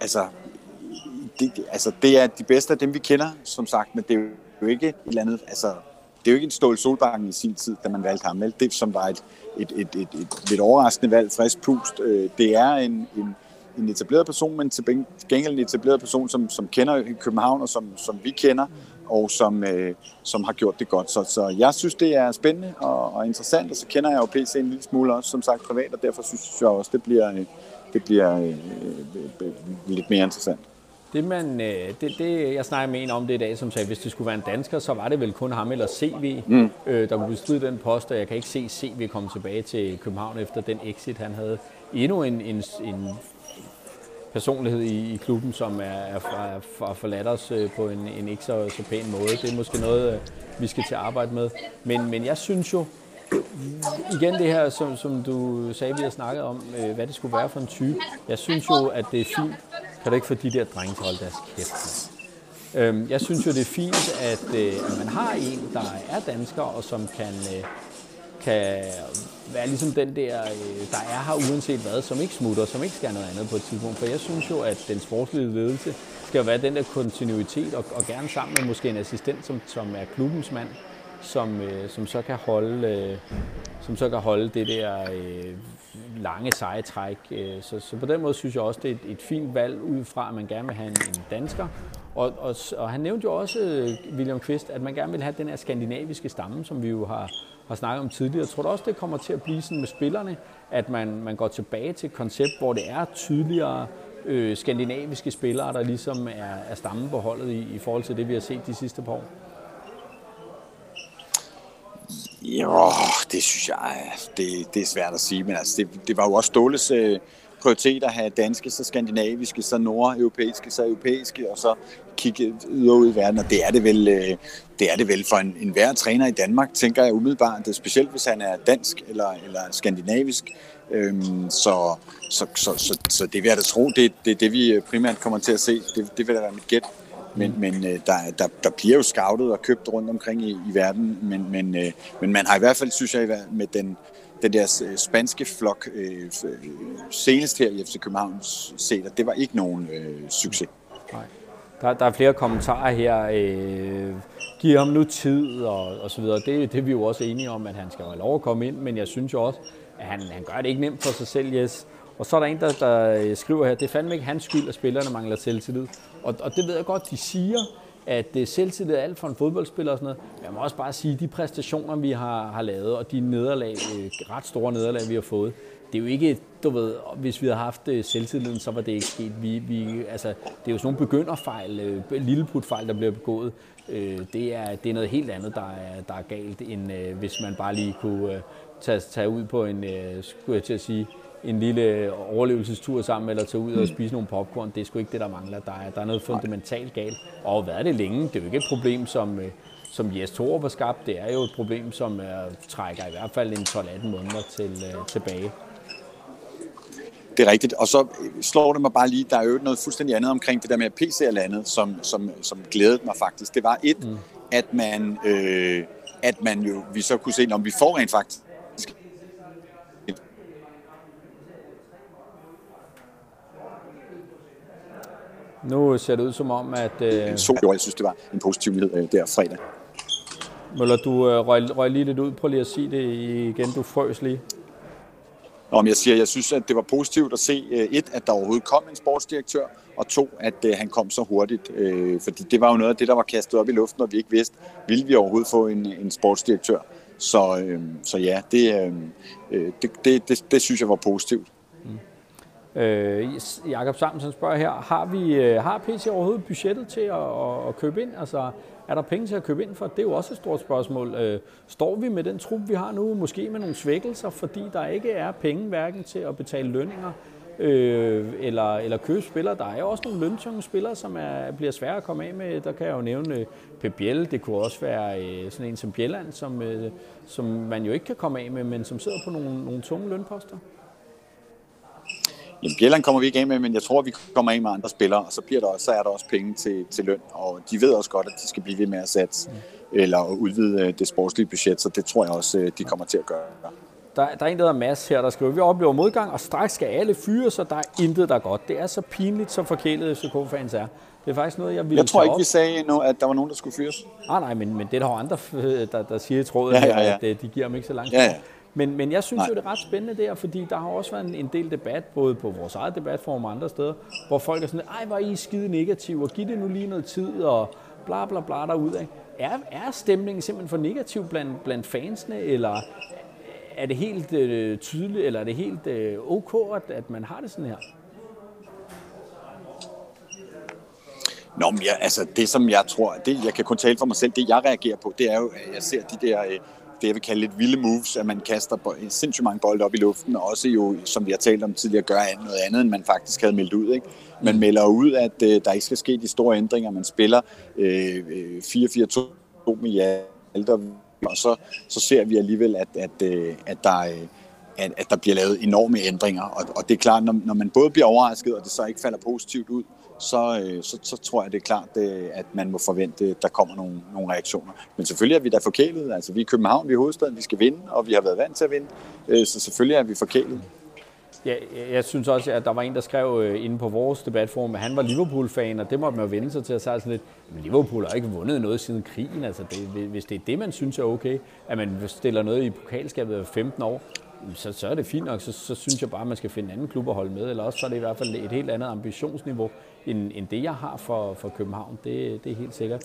S1: det er de bedste af dem, vi kender, som sagt, men det er jo ikke et eller andet... Altså, det er jo ikke en Ståle Solbakken i sin tid, da man valgte ham. Det som var et lidt overraskende valg, frisk pust. Det er en etableret person, men til gengæld en etableret person, som kender København, og som vi kender, og som har gjort det godt. Så jeg synes, det er spændende og interessant, og så kender jeg jo PC en lille smule også, som sagt, privat, og derfor synes jeg også, det bliver lidt mere interessant.
S2: Det jeg snakker med en om det i dag, som sagde, hvis det skulle være en dansker, så var det vel kun ham eller CV, der kunne bestride den post, og jeg kan ikke se CV komme tilbage til København efter den exit, han havde. Endnu en personlighed i klubben, som er forladt os på en ikke så pæn måde. Det er måske noget, vi skal til at arbejde med. Men jeg synes jo, igen det her, som du sagde, vi har snakket om, hvad det skulle være for en type. Jeg synes jo, at det er fint. Kan du ikke få de der drenge til at holde deres kæft? Jeg synes jo, det er fint, at man har en, der er dansker, og som kan være ligesom den der er her uanset hvad, som ikke smutter, som ikke skal noget andet på et tidspunkt. For jeg synes jo, at den sportslige ledelse skal være den der kontinuitet, og gerne sammen med måske en assistent, som er klubbens mand, som så kan holde det der lange seje træk. Så på den måde synes jeg også, det er et fint valg ud fra, at man gerne vil have en dansker. Og han nævnte jo også, William Kvist, at man gerne vil have den her skandinaviske stamme, som vi jo har snakket om tidligere. Jeg tror du også, det kommer til at blive sådan med spillerne, at man går tilbage til et koncept, hvor det er tydeligere skandinaviske spillere, der ligesom er stammen på holdet i forhold til det, vi har set de sidste par år?
S1: Jo, det synes jeg, det er svært at sige, men altså, det var jo også Ståles prioritet at have danske, så skandinaviske, så nordeuropæiske, så europæiske, og så kigge ud i verden, og det er det vel for enhver træner i Danmark, tænker jeg umiddelbart, det er specielt hvis han er dansk eller skandinavisk, så det vil jeg da tro, det er det, vi primært kommer til at se, det vil da være mit gæt. Men der bliver jo scoutet og købt rundt omkring i verden, men man har i hvert fald, synes jeg, med den der spanske flok senest her i FC København set, at det var ikke nogen succes.
S2: Nej. Der er flere kommentarer her. Giv ham nu tid og så videre. Det er vi jo også enige om, at han skal have lov at komme ind, men jeg synes jo også, at han gør det ikke nemt for sig selv, yes. Og så er der en, der skriver her, det er fandme ikke hans skyld, at spillerne mangler selvtillid. Og det ved jeg godt, de siger, at selvtillid er alt for en fodboldspiller og sådan noget. Men jeg må også bare sige, at de præstationer, vi har lavet, og de nederlag, ret store nederlag, vi har fået, det er jo ikke, du ved, hvis vi havde haft selvtilliden, så var det ikke sket. Altså, det er jo sådan nogle begynderfejl, lilleputfejl, der bliver begået. Det er noget helt andet, der er galt, end hvis man bare lige kunne tage ud på skulle jeg til at sige, en lille overlevelsestur sammen, eller tage ud og spise nogle popcorn. Det er sgu ikke det, der mangler. Der er noget fundamentalt galt. Og hvad er det længe? Det er jo ikke et problem, som Jes Torup har skabt. Det er jo et problem, som trækker i hvert fald en 12-18 måneder tilbage.
S1: Det er rigtigt, og så slår det mig bare lige, der er jo noget fuldstændig andet omkring det der med PC og landet, som glædede mig faktisk. Det var at man jo, vi så kunne se, om vi får rent faktisk.
S2: Nu ser det ud som om, at...
S1: Jeg synes, det var en positiv nyhed der fredag.
S2: Møller, du røg lige lidt ud. Prøv lige at sige det igen. Du frøs lige.
S1: Jeg synes, at det var positivt at se, at der overhovedet kom en sportsdirektør, og 2, at han kom så hurtigt. Fordi det var jo noget af det, der var kastet op i luften, og vi ikke vidste, ville vi overhovedet få en sportsdirektør. Så ja, det synes jeg var positivt.
S2: Jakob Samsen spørger her, har PC overhovedet budgettet til at købe ind? Altså, er der penge til at købe ind for? Det er jo også et stort spørgsmål. Står vi med den trup, vi har nu, måske med nogle svækkelser, fordi der ikke er penge hverken til at betale lønninger eller købe spillere? Der er jo også nogle løntunge spillere, som bliver svære at komme af med. Der kan jeg jo nævne Pep Biel. Det kunne også være sådan en som Bjelland, som man jo ikke kan komme af med, men som sidder på nogle tunge lønposter.
S1: Jamen, Bjelland kommer vi ikke af med, men jeg tror, vi kommer af med andre spillere, og så er der også penge til løn, og de ved også godt, at de skal blive ved med at satse eller udvide det sportslige budget, så det tror jeg også, de kommer til at gøre.
S2: Der er en, der hedder Mads her, der skriver, vi oplever modgang, og straks skal alle fyre, så der er intet, der er godt. Det er så pinligt, så forkælet FCK-fans er. Det er faktisk noget, jeg ville
S1: Jeg tror ikke, vi sagde endnu, at der var nogen, der skulle fyres.
S2: Nej, men det er der jo andre, der siger i tråden, at de giver dem ikke så langt.
S1: Ja.
S2: Men jeg synes jo, det er ret spændende der, fordi der har også været en del debat, både på vores eget debatforum og andre steder, hvor folk er sådan, hvor I skide negative, og giv det nu lige noget tid, og bla bla bla derudad. Er stemningen simpelthen for negativ blandt fansene, eller er det helt tydeligt, eller er det helt ok, at man har det sådan her?
S1: Nå, men det som jeg tror, jeg kan kun tale for mig selv, det jeg reagerer på, det er jo, at jeg ser de der... det jeg vil kalde lidt vilde moves, at man kaster sindssygt mange bolde op i luften, og også jo, som vi har talt om tidligere, gør noget andet, end man faktisk havde meldt ud. Ikke? Man melder ud, at der ikke skal ske de store ændringer. Man spiller 4-4-2 med Hjalte, og så ser vi alligevel, at der bliver lavet enorme ændringer. Og det er klart, når man både bliver overrasket, og det så ikke falder positivt ud, så tror jeg, det er klart, at man må forvente, at der kommer nogle reaktioner. Men selvfølgelig er vi da forkælet. Altså, vi er i København, vi er hovedstaden, vi skal vinde, og vi har været vant til at vinde. Så selvfølgelig er vi forkælet.
S2: Ja, jeg synes også, at der var en, der skrev inde på vores debatforum, at han var Liverpool-fan, og det måtte man jo vende sig til at sige sådan lidt, men Liverpool har ikke vundet noget siden krigen. Altså, hvis det er det, man synes er okay, at man stiller noget i pokalskabet af 15 år, så er det fint nok. Så synes jeg bare, at man skal finde en anden klub at holde med, eller også så er det i hvert fald et helt andet ambitionsniveau, end det, jeg har for København. Det er helt sikkert.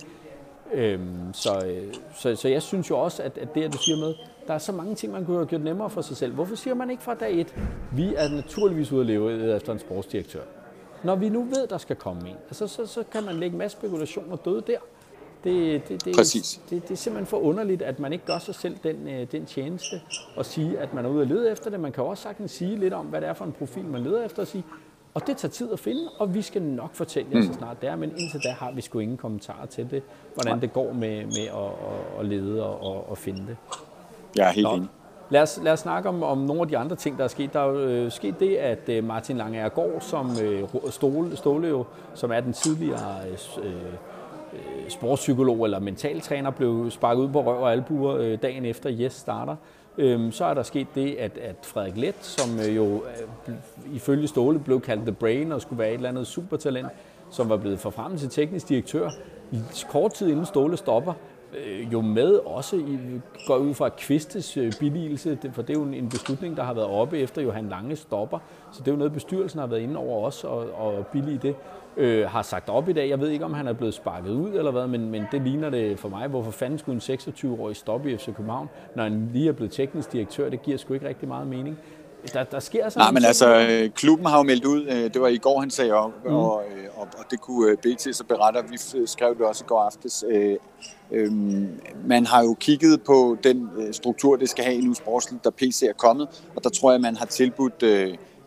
S2: Så jeg synes jo også, at det, du siger med, der er så mange ting, man kunne have gjort nemmere for sig selv. Hvorfor siger man ikke fra dag 1, vi er naturligvis ude at leve efter en sportsdirektør? Når vi nu ved, der skal komme en, så kan man lægge en masse spekulationer døde der.
S1: Præcis.
S2: Det er simpelthen for underligt, at man ikke gør sig selv den tjeneste og sige, at man er ude at lede efter det. Man kan også sagtens sige lidt om, hvad det er for en profil, man leder efter at sige. Og det tager tid at finde, og vi skal nok fortælle jer så snart det er, men indtil da har vi sgu ingen kommentarer til det, hvordan det går med at lede og finde det.
S1: Jeg er helt enig.
S2: Lad os snakke om nogle af de andre ting, der er sket. Der er jo sket det, at Martin Langagergaard, som Ståle, som er den tidligere sportspsykolog eller mentaltræner, blev sparket ud på røv og albuer dagen efter Jes starter. Så er der sket det, at Frederik Let, som jo ifølge Ståle blev kaldt The Brain og skulle være et eller andet supertalent, som var blevet forfremmet til teknisk direktør, kort tid inden Ståle stopper, jo med også går ud fra Kvistes billigelse, for det er jo en beslutning, der har været oppe efter Johan Lange stopper, så det er jo noget, bestyrelsen har været inde over også og billige det. Har sagt op i dag. Jeg ved ikke, om han er blevet sparket ud eller hvad, men det ligner det for mig. Hvorfor fanden skulle en 26-årig stoppe i FC København, når han lige er blevet teknisk direktør? Det giver sgu ikke rigtig meget mening. Der sker sådan.
S1: Nej, men altså, klubben har jo meldt ud, det var i går, han sagde op, og det kunne BT så berette, vi skrev det også i går aftes. Man har jo kigget på den struktur, det skal have nu sportsligt, da PC er kommet, og der tror jeg, man har tilbudt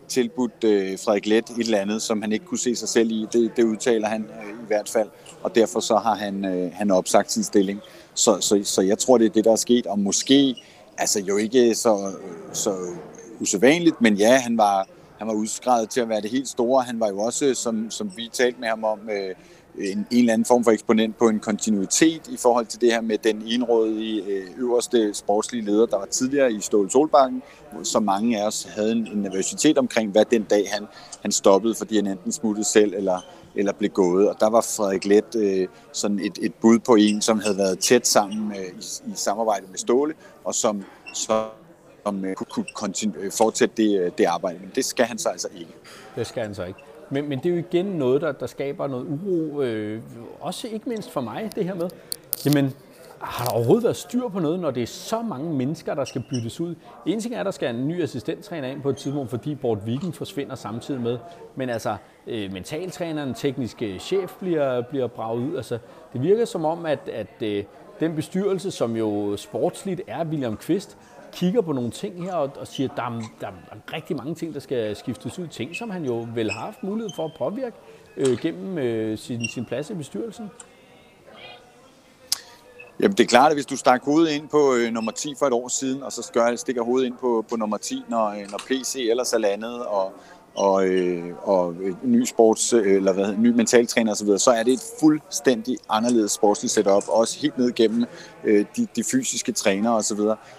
S1: tilbudt Frederik Let et eller andet, som han ikke kunne se sig selv i. Det udtaler han i hvert fald, og derfor så har han opsagt sin stilling. Så jeg tror, det er det, der er sket, og måske altså jo ikke så usædvanligt, men ja, han var udskrevet til at være det helt store. Han var jo også, som vi talte med ham om, en eller anden form for eksponent på en kontinuitet i forhold til det her med den enrådige øverste sportslige leder, der var tidligere i Ståle Solbakken, så mange af os havde en nervøsitet omkring, hvad den dag han stoppede, fordi han enten smuttede selv eller blev gået. Og der var Frederik Let sådan et bud på en, som havde været tæt sammen i samarbejde med Ståle, og som kunne fortsætte det arbejde. Men det skal han så altså ikke.
S2: Det skal han så ikke. Men det er jo igen noget, der skaber noget uro, også ikke mindst for mig, det her med, jamen, har der overhovedet været styr på noget, når det er så mange mennesker, der skal byttes ud? En ting er, at der skal en ny assistenttræner ind på et tidspunkt, fordi Bort Viking forsvinder samtidig med. Men altså, mentaltræneren, tekniske chef bliver braget ud. Altså, det virker som om, at den bestyrelse, som jo sportsligt er William Kvist, kigger på nogle ting her og siger, at der er rigtig mange ting, der skal skiftes ud. Ting, som han jo vel har haft mulighed for at påvirke gennem sin plads i bestyrelsen.
S1: Jamen det er klart, at hvis du stak hovedet ind på nummer 10 for et år siden, og så stikker hovedet ind på nummer 10, når PC ellers er landet, og ny ny mentaltræner osv., så er det et fuldstændig anderledes sportsligt setup, også helt ned gennem de fysiske trænere osv.,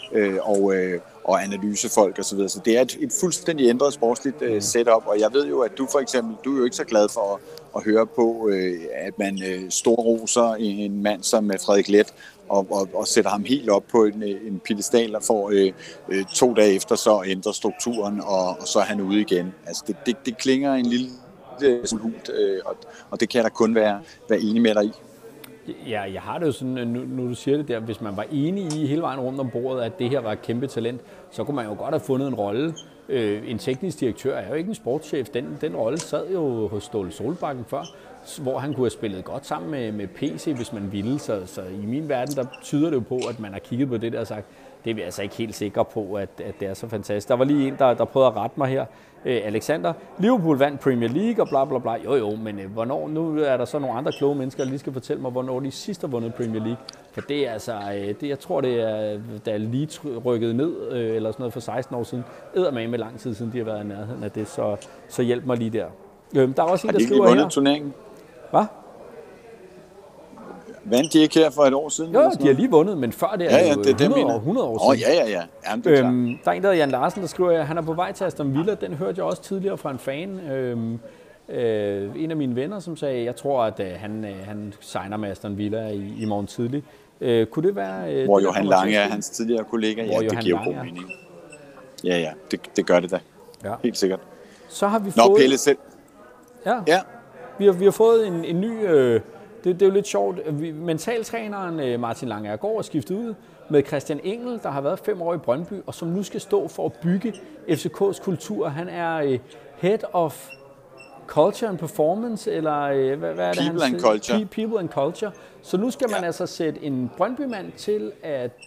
S1: og analysefolk osv. Så det er et fuldstændig ændret sportsligt setup, og jeg ved jo, at du for eksempel, du er jo ikke så glad for at høre på, at man storroser en mand som Frederik Let, og sætter ham helt op på en piedestal og får 2 dage efter så ændrer strukturen, og så er han ude igen. Altså det klinger en lille hult, og det kan der kun være enig med dig i.
S2: Ja, jeg har det jo sådan, nu du siger det der, hvis man var enig i hele vejen rundt om bordet, at det her var et kæmpe talent, så kunne man jo godt have fundet en rolle. En teknisk direktør er jo ikke en sportschef. Den rolle sad jo hos Ståle Solbakken før, hvor han kunne have spillet godt sammen med PC, hvis man ville. Så i min verden, der tyder det jo på, at man har kigget på det der og sagt, det er vi altså ikke helt sikre på, at det er så fantastisk. Der var lige en, der prøvede at rette mig her. Alexander, Liverpool vandt Premier League og bla bla bla. Jo, men hvornår? Nu er der så nogle andre kloge mennesker, der lige skal fortælle mig, hvornår de sidst har vundet Premier League. For det er altså, jeg tror det er, da er lige rykket ned, eller sådan noget for 16 år siden. Eddermame med lang tid siden, de har været i nærheden af det, så hjælp mig lige der. Der er også en, der skriver her.
S1: Har de ikke vundet turneringen?
S2: Hvad?
S1: Vandt de ikke her for et år siden?
S2: Jo, de har lige vundet, men før det er jo 100 år siden.
S1: Ja. Jamen, det er klart.
S2: Der er en, der hedder Jan Larsen, der skriver, at han er på vej til Aston Villa. Den hørte jeg også tidligere fra en fan. En af mine venner, som sagde, jeg tror, at han signer med Aston Villa i morgen tidlig. Kunne det være...
S1: Hvor Johan Lange er hans tidligere kollega. Ja, det giver god mening. Ja, det gør det da. Ja. Helt sikkert.
S2: Så har vi fået...
S1: Nå, Pelle selv.
S2: Ja. Vi har fået en ny... Det er jo lidt sjovt. Mentaltræneren Martin Langegaard er skiftet ud med Christian Engel, der har været 5 år i Brøndby, og som nu skal stå for at bygge FCK's kultur. Han er Head of Culture and Performance, eller hvad er det,
S1: People and Culture.
S2: People and Culture. Så nu skal man altså sætte en Brøndby-mand til at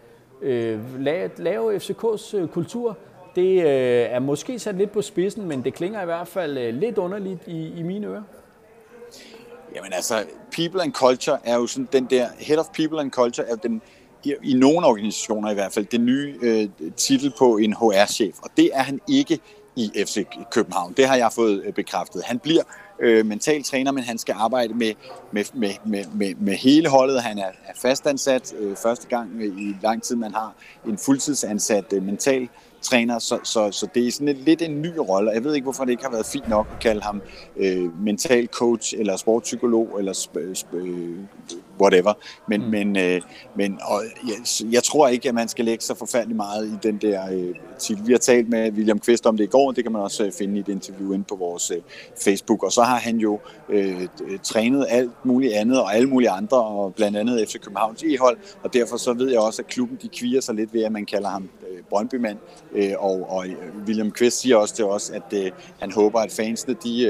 S2: lave FCK's kultur. Det er måske sat lidt på spidsen, men det klinger i hvert fald lidt underligt i mine ører.
S1: Jamen altså, People and Culture er jo sådan den der, Head of People and Culture er den, i nogle organisationer i hvert fald, den nye titel på en HR-chef, og det er han ikke i FC København. Det har jeg fået bekræftet. Han bliver mentaltræner, men han skal arbejde med hele holdet. Han er fastansat første gang i lang tid, man har en fuldtidsansat mentaltræner, så det er sådan lidt en ny rolle. Jeg ved ikke, hvorfor det ikke har været fint nok at kalde ham mental coach, eller sportspsykolog, eller whatever. Men jeg tror ikke, at man skal lægge så forfærdeligt meget i den der titel. Vi har talt med William Kvist om det i går, det kan man også finde i et interview inde på vores Facebook, og så har han jo trænet alt muligt andet, og alle mulige andre, og blandt andet FC Københavns E-hold, og derfor så ved jeg også, at klubben de kvier sig lidt ved, at man kalder ham Brøndby-mand, og William Kvist siger også til os, at han håber, at fansene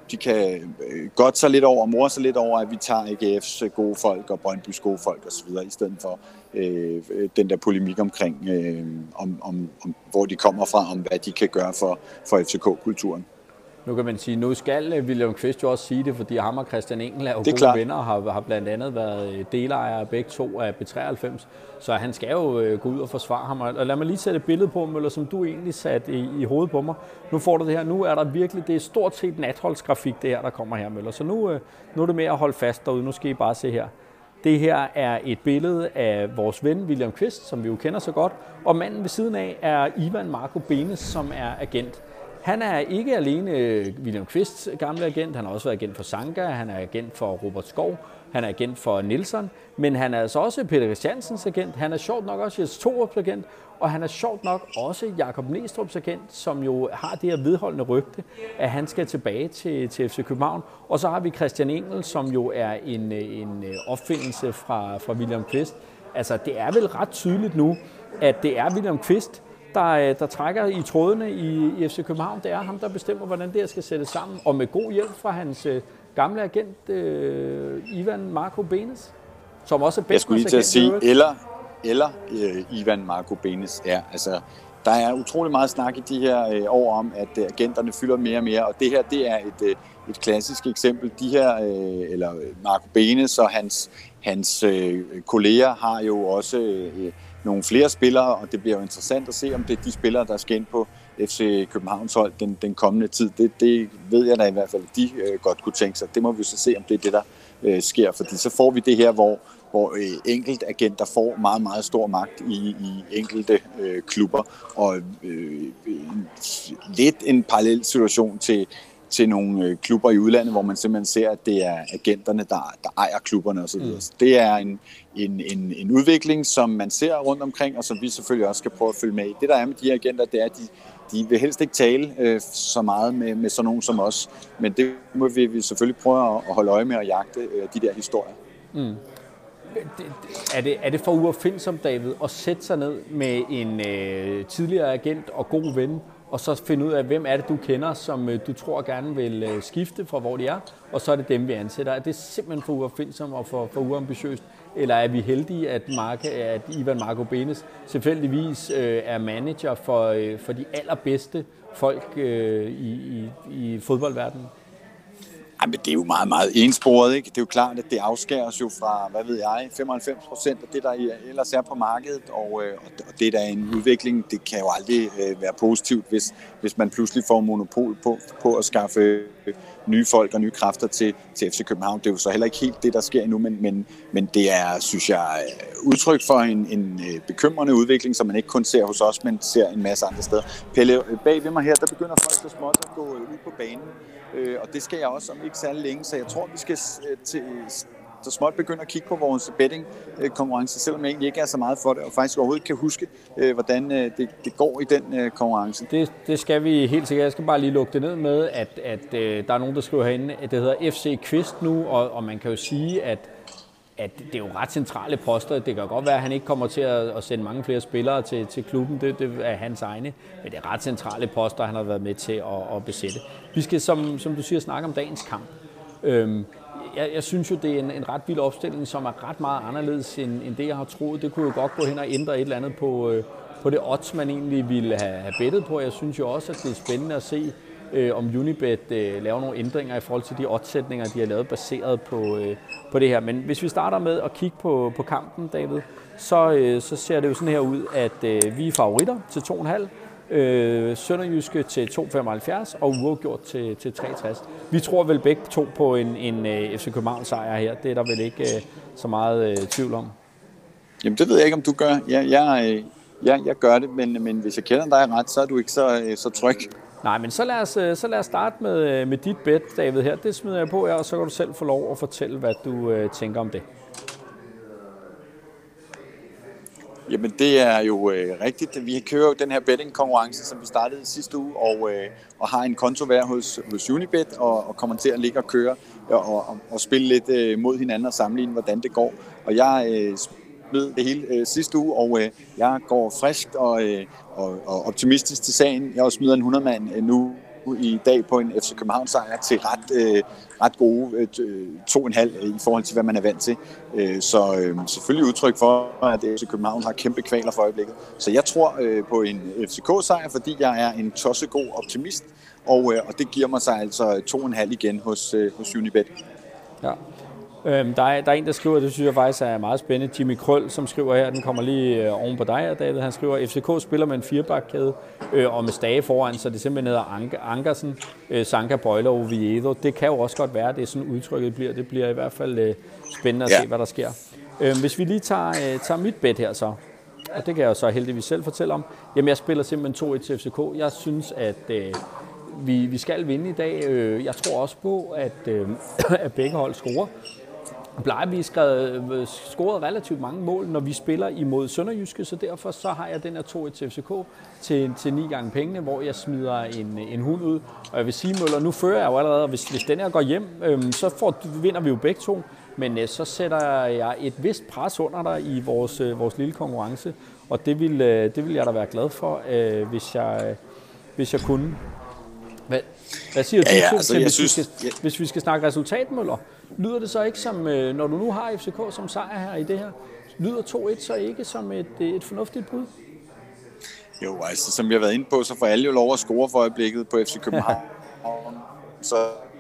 S1: de kan godt sig lidt over, more sig lidt over, at vi tager AGF's gode folk og Brøndbys gode folk osv., i stedet for den der polemik omkring, om hvor de kommer fra, om hvad de kan gøre for FCK-kulturen.
S2: Nu kan man sige, nu skal William Kvist jo også sige det, fordi ham og Christian Engel er jo gode venner og har blandt andet været delejere begge to af B93, så han skal jo gå ud og forsvare ham. Og lad mig lige sætte et billede på, Møller, som du egentlig satte i hovedet på mig. Nu får du det her. Nu er der virkelig, det er stort set natholdsgrafik, det her, der kommer her, Møller. Så nu er det med at holde fast derude. Nu skal I bare se her. Det her er et billede af vores ven William Kvist, som vi jo kender så godt, og manden ved siden af er Ivan Marco Benes, som er agent. Han er ikke alene William Kvists gamle agent, han har også været agent for Sanka, han er agent for Robert Skov, han er agent for Nielsen, men han er altså også Peter Christiansens agent, han er sjovt nok også Jes Torups agent, og han er sjovt nok også Jakob Næstrups agent, som jo har det her vedholdende rygte, at han skal tilbage til FC København. Og så har vi Christian Engel, som jo er en opfindelse fra William Kvist. Altså det er vel ret tydeligt nu, at det er William Kvist, der trækker i trådene i FC København. Det er ham, der bestemmer, hvordan det her skal sættes sammen. Og med god hjælp fra hans gamle agent, Ivan Marco Benes, som også er bedst.
S1: Jeg skulle lige til at sige, eller Ivan Marco Benes. Ja, altså, der er utrolig meget snak i de her år om, at agenterne fylder mere og mere. Og det her, det er et klassisk eksempel. De her, eller Marco Benes og hans kolleger har jo også nogle flere spillere, og det bliver jo interessant at se, om det er de spillere, der skal ind på FC Københavns hold den kommende tid. Det ved jeg da i hvert fald, at de godt kunne tænke sig. Det må vi så se, om det er det, der sker, fordi så får vi det her, hvor enkeltagenter får meget, meget stor magt i enkelte klubber, og lidt en parallel situation til nogle klubber i udlandet, hvor man simpelthen ser, at det er agenterne, der ejer klubberne osv. Det er en udvikling, som man ser rundt omkring, og som vi selvfølgelig også skal prøve at følge med i. Det, der er med de her agenter, det er, at de vil helst ikke tale så meget med sådan nogen som os, men det må vi selvfølgelig prøve at holde øje med og jagte de der historier. Mm.
S2: Er det for uopfindsomt, David, at sætte sig ned med en tidligere agent og god ven, og så finde ud af, hvem er det, du kender, som du tror gerne vil skifte fra, hvor de er, og så er det dem, vi ansætter. Er det simpelthen for uopfindsomt og for uambitiøst? Eller er vi heldige, at Ivan Marco Benes tilfældigvis er manager for de allerbedste folk i fodboldverdenen?
S1: Ej, men det er jo meget, meget ensporet, ikke? Det er jo klart, at det afskæres jo fra, 95% af det, der ellers er på markedet, og det der er en udvikling, det kan jo aldrig være positivt, hvis man pludselig får monopol på at skaffe nye folk og nye kræfter til FC København. Det er jo så heller ikke helt det, der sker endnu, men det er, synes jeg, udtryk for en bekymrende udvikling, som man ikke kun ser hos os, men ser en masse andre steder. Pelle, bag ved mig her, der begynder folk så småt at gå ud på banen. Og det skal jeg også om ikke særlig længe, så jeg tror, vi skal så småt begynde at kigge på vores betting-konkurrence, selvom jeg egentlig ikke er så meget for det, og faktisk overhovedet ikke kan huske, hvordan det går i den konkurrence.
S2: Det skal vi helt sikkert. Jeg skal bare lige lukke det ned med, at der er nogen, der skriver herinde, at det hedder FC Kvist nu, og man kan jo sige, at det er jo ret centrale poster. Det kan godt være, at han ikke kommer til at sende mange flere spillere til klubben. Det er hans egne. Men det er ret centrale poster, han har været med til at besætte. Vi skal, som du siger, snakke om dagens kamp. Jeg synes jo, det er en ret vild opstilling, som er ret meget anderledes end det, jeg har troet. Det kunne jo godt gå hen og ændre et eller andet på det odds, man egentlig ville have bettet på. Jeg synes jo også, at det er spændende at se, om Unibet laver nogle ændringer i forhold til de oddsætninger, de har lavet baseret på det her. Men hvis vi starter med at kigge på kampen, David, så ser det jo sådan her ud, at vi er favoritter til 2,5, Sønderjyske til 2,75 og uafgjort til 3,60. Vi tror vel begge to på en FC København sejr her. Det er der vel ikke så meget tvivl om.
S1: Jamen det ved jeg ikke, om du gør. Jeg gør det, men hvis jeg kender dig ret, så er du ikke så tryg.
S2: Nej, men så lad os starte med dit bet, David, her. Det smider jeg på, og så kan du selv få lov at fortælle, hvad du tænker om det.
S1: Jamen, det er jo rigtigt. Vi kører jo den her betting-konkurrence, som vi startede sidste uge, og har en konto hver hos Unibet, og kommer til at ligge og køre og spille lidt mod hinanden og sammenligne, hvordan det går. Og jeg smed det hele sidste uge, og jeg går friskt og optimistisk til sagen. Jeg har smidt en 100-mand nu i dag på en FC København sejr til ret gode 2,5 i forhold til, hvad man er vant til. Så selvfølgelig udtryk for, at FC København har kæmpe kvaler for øjeblikket. Så jeg tror på en FCK-sejr, fordi jeg er en tossegod optimist, og det giver mig sig altså 2,5 igen hos Unibet.
S2: Ja. Der er en, der skriver, det synes jeg faktisk er meget spændende, Jimmy Krøll, som skriver her, den kommer lige oven på dig, David. Han skriver, FCK spiller med en 4-bakkæde og med Stage foran, så det simpelthen hedder Ankersen, Sanka, Bøjler og Oviedo. Det kan jo også godt være, det er sådan udtrykket bliver. Det bliver i hvert fald spændende at se, hvad der sker. Hvis vi lige tager mit bet her så, og det kan jeg jo så heldigvis selv fortælle om, jamen jeg spiller simpelthen 2-1 til FCK. Jeg synes, at vi skal vinde i dag. Jeg tror også på, at begge hold scorer. Plejer vi scoret relativt mange mål, når vi spiller imod Sønderjyske, så derfor så har jeg den her 2-1 til FCK til 9 gange pengene, hvor jeg smider en hund ud. Og jeg vil sige, Møller, nu fører jeg jo allerede, hvis den her går hjem, så vinder vi jo begge to, men så sætter jeg et vist pres under dig i vores lille konkurrence, og det vil jeg da være glad for, hvis jeg kunne. Hvad siger du hvis vi skal snakke resultat, Møller? Lyder det så ikke som, når du nu har FCK som sejr her i det her, lyder 2-1 så ikke som et fornuftigt bud?
S1: Jo, altså som vi har været inde på, så får alle jo lov at score for øjeblikket på FC København. Så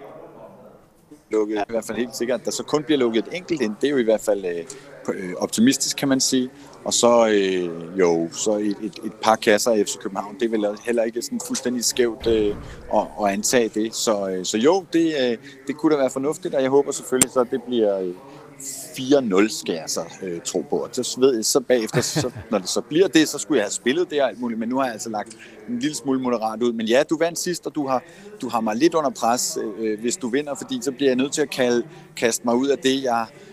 S1: lukket i hvert fald helt sikkert, at der så kun bliver lukket et enkelt ind. Det er jo i hvert fald optimistisk, kan man sige. Og så så et par kasser af FC København, det er vel heller ikke sådan fuldstændig skævt at antage det. Så jo, det kunne da være fornuftigt, og jeg håber selvfølgelig, så det bliver 4-0, skal jeg så tro på. Og så bagefter, når det så bliver det, så skulle jeg have spillet det og alt muligt, men nu har jeg altså lagt en lille smule moderat ud. Men ja, du vandt sidst, og du har mig lidt under pres, hvis du vinder, fordi så bliver jeg nødt til at kaste mig ud af det,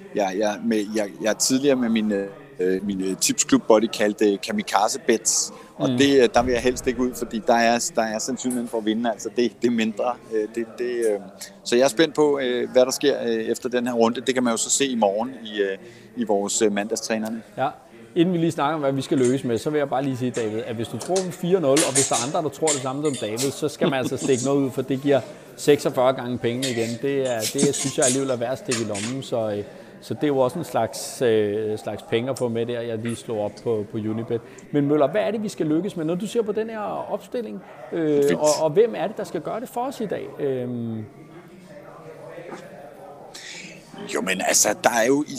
S1: jeg tidligere med min tipsklub body kaldte kamikaze bets, og der vil jeg helst ikke ud, fordi der er sandsynligheden for at vinde, altså det er mindre. Så jeg er spændt på, hvad der sker efter den her runde. Det kan man jo så se i morgen i vores mandagstrænerne.
S2: Ja. Inden vi lige snakker om, hvad vi skal lykkes med, så vil jeg bare lige sige, David, at hvis du tror på 4-0, og hvis der er andre, der tror det samme som David, så skal man altså stikke noget ud, for det giver 46 gange pengene igen. Det synes jeg alligevel er værd at stikke i lommen, så det er jo også en slags penge at få med der, jeg lige slår op på Unibet. Men Møller, hvad er det, vi skal lykkes med, når du ser på den her opstilling? Og hvem er det, der skal gøre det for os i dag?
S1: Jo, men altså, der er jo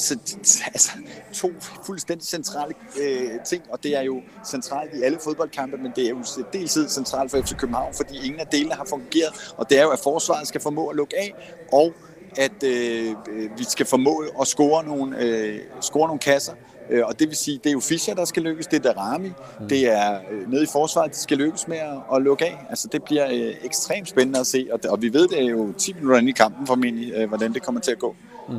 S1: to fuldstændig centrale ting, og det er jo centralt i alle fodboldkampe, men det er jo dels centralt for FC København, fordi ingen af delene har fungeret, og det er jo, at forsvaret skal formå at lukke af, og at vi skal formå at score nogle kasser. Og det vil sige, det er jo Fischer, der skal lykkes, det er Darami, det er nede i forsvaret, der skal lykkes med at lukke af. Altså det bliver ekstremt spændende at se, og vi ved det er jo 10 minutter inde i kampen formentlig, hvordan det kommer til at gå.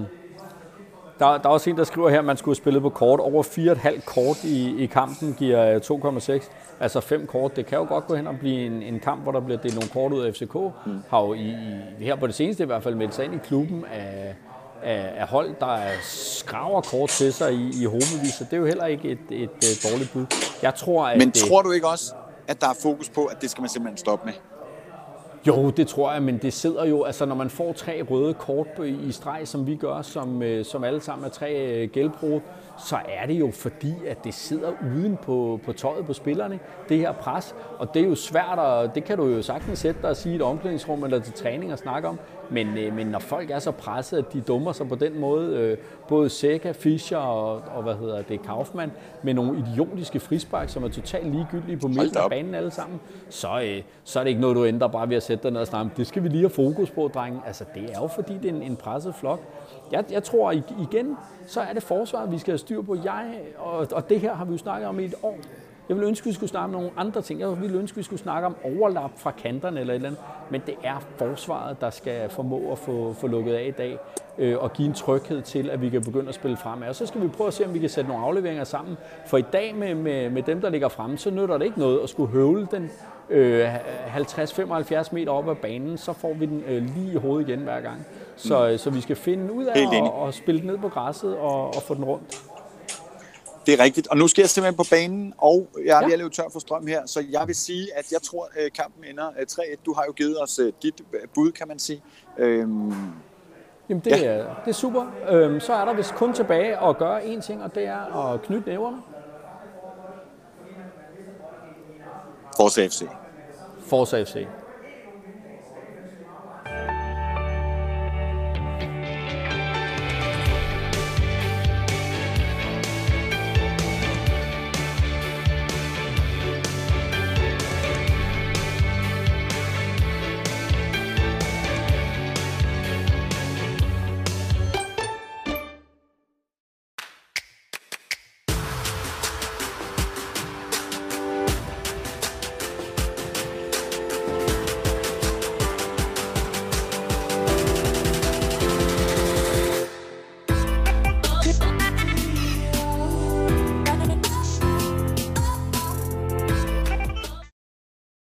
S2: Der er også en, der skriver her, at man skulle spille på kort. Over 4,5 kort i kampen giver 2,6. Altså 5 kort. Det kan jo godt gå hen og blive en kamp, hvor der bliver delt nogle kort ud af FCK. Har jo her på det seneste i hvert fald meldt sig ind i klubben af hold, der skraver kort til sig i hovedbevis. Så det er jo heller ikke et dårligt bud. Jeg tror,
S1: men tror du ikke også, at der er fokus på, at det skal man simpelthen stoppe med?
S2: Jo, det tror jeg, men det sidder jo, altså når man får 3 røde kort i streg, som vi gør, som alle sammen er 3 gældbrud, så er det jo fordi, at det sidder uden på tøjet på spillerne, det her pres. Og det er jo svært, og det kan du jo sagtens sætte dig og sige i et omklædningsrum eller til træning og snakke om. Men når folk er så presset, at de dummer sig på den måde, både Seca, Fischer og Kaufmann, med nogle idiotiske frispark, som er totalt ligegyldige på midten af banen alle sammen, så er det ikke noget, du ændrer bare ved at sætte dig ned og snakke. Det skal vi lige have fokus på, drenge. Altså, det er jo fordi, det er en presset flok. Jeg tror igen, så er det forsvaret, vi skal have styr på. Og det her har vi jo snakket om i et år. Jeg ville ønske, at vi skulle snakke om nogle andre ting. Jeg ville ønske, at vi skulle snakke om overlap fra kanterne eller et eller andet. Men det er forsvaret, der skal formå at få lukket af i dag og give en tryghed til, at vi kan begynde at spille fremad. Og så skal vi prøve at se, om vi kan sætte nogle afleveringer sammen. For i dag med dem, der ligger fremme, så nytter det ikke noget at skulle høvle den 50-75 meter op ad banen. Så får vi den lige i hovedet igen hver gang. Så vi skal finde ud af at spille den ned på græsset og få den rundt.
S1: Det er rigtigt, og nu skal jeg simpelthen på banen, og jeg er ved at løbe tør for strøm her, så jeg vil sige, at jeg tror, kampen ender 3-1. Du har jo givet os dit bud, kan man sige.
S2: Jamen det er super. Så er der vist kun tilbage at gøre én ting, og det er at knytte næverne.
S1: Forza FC.
S2: Forza FC.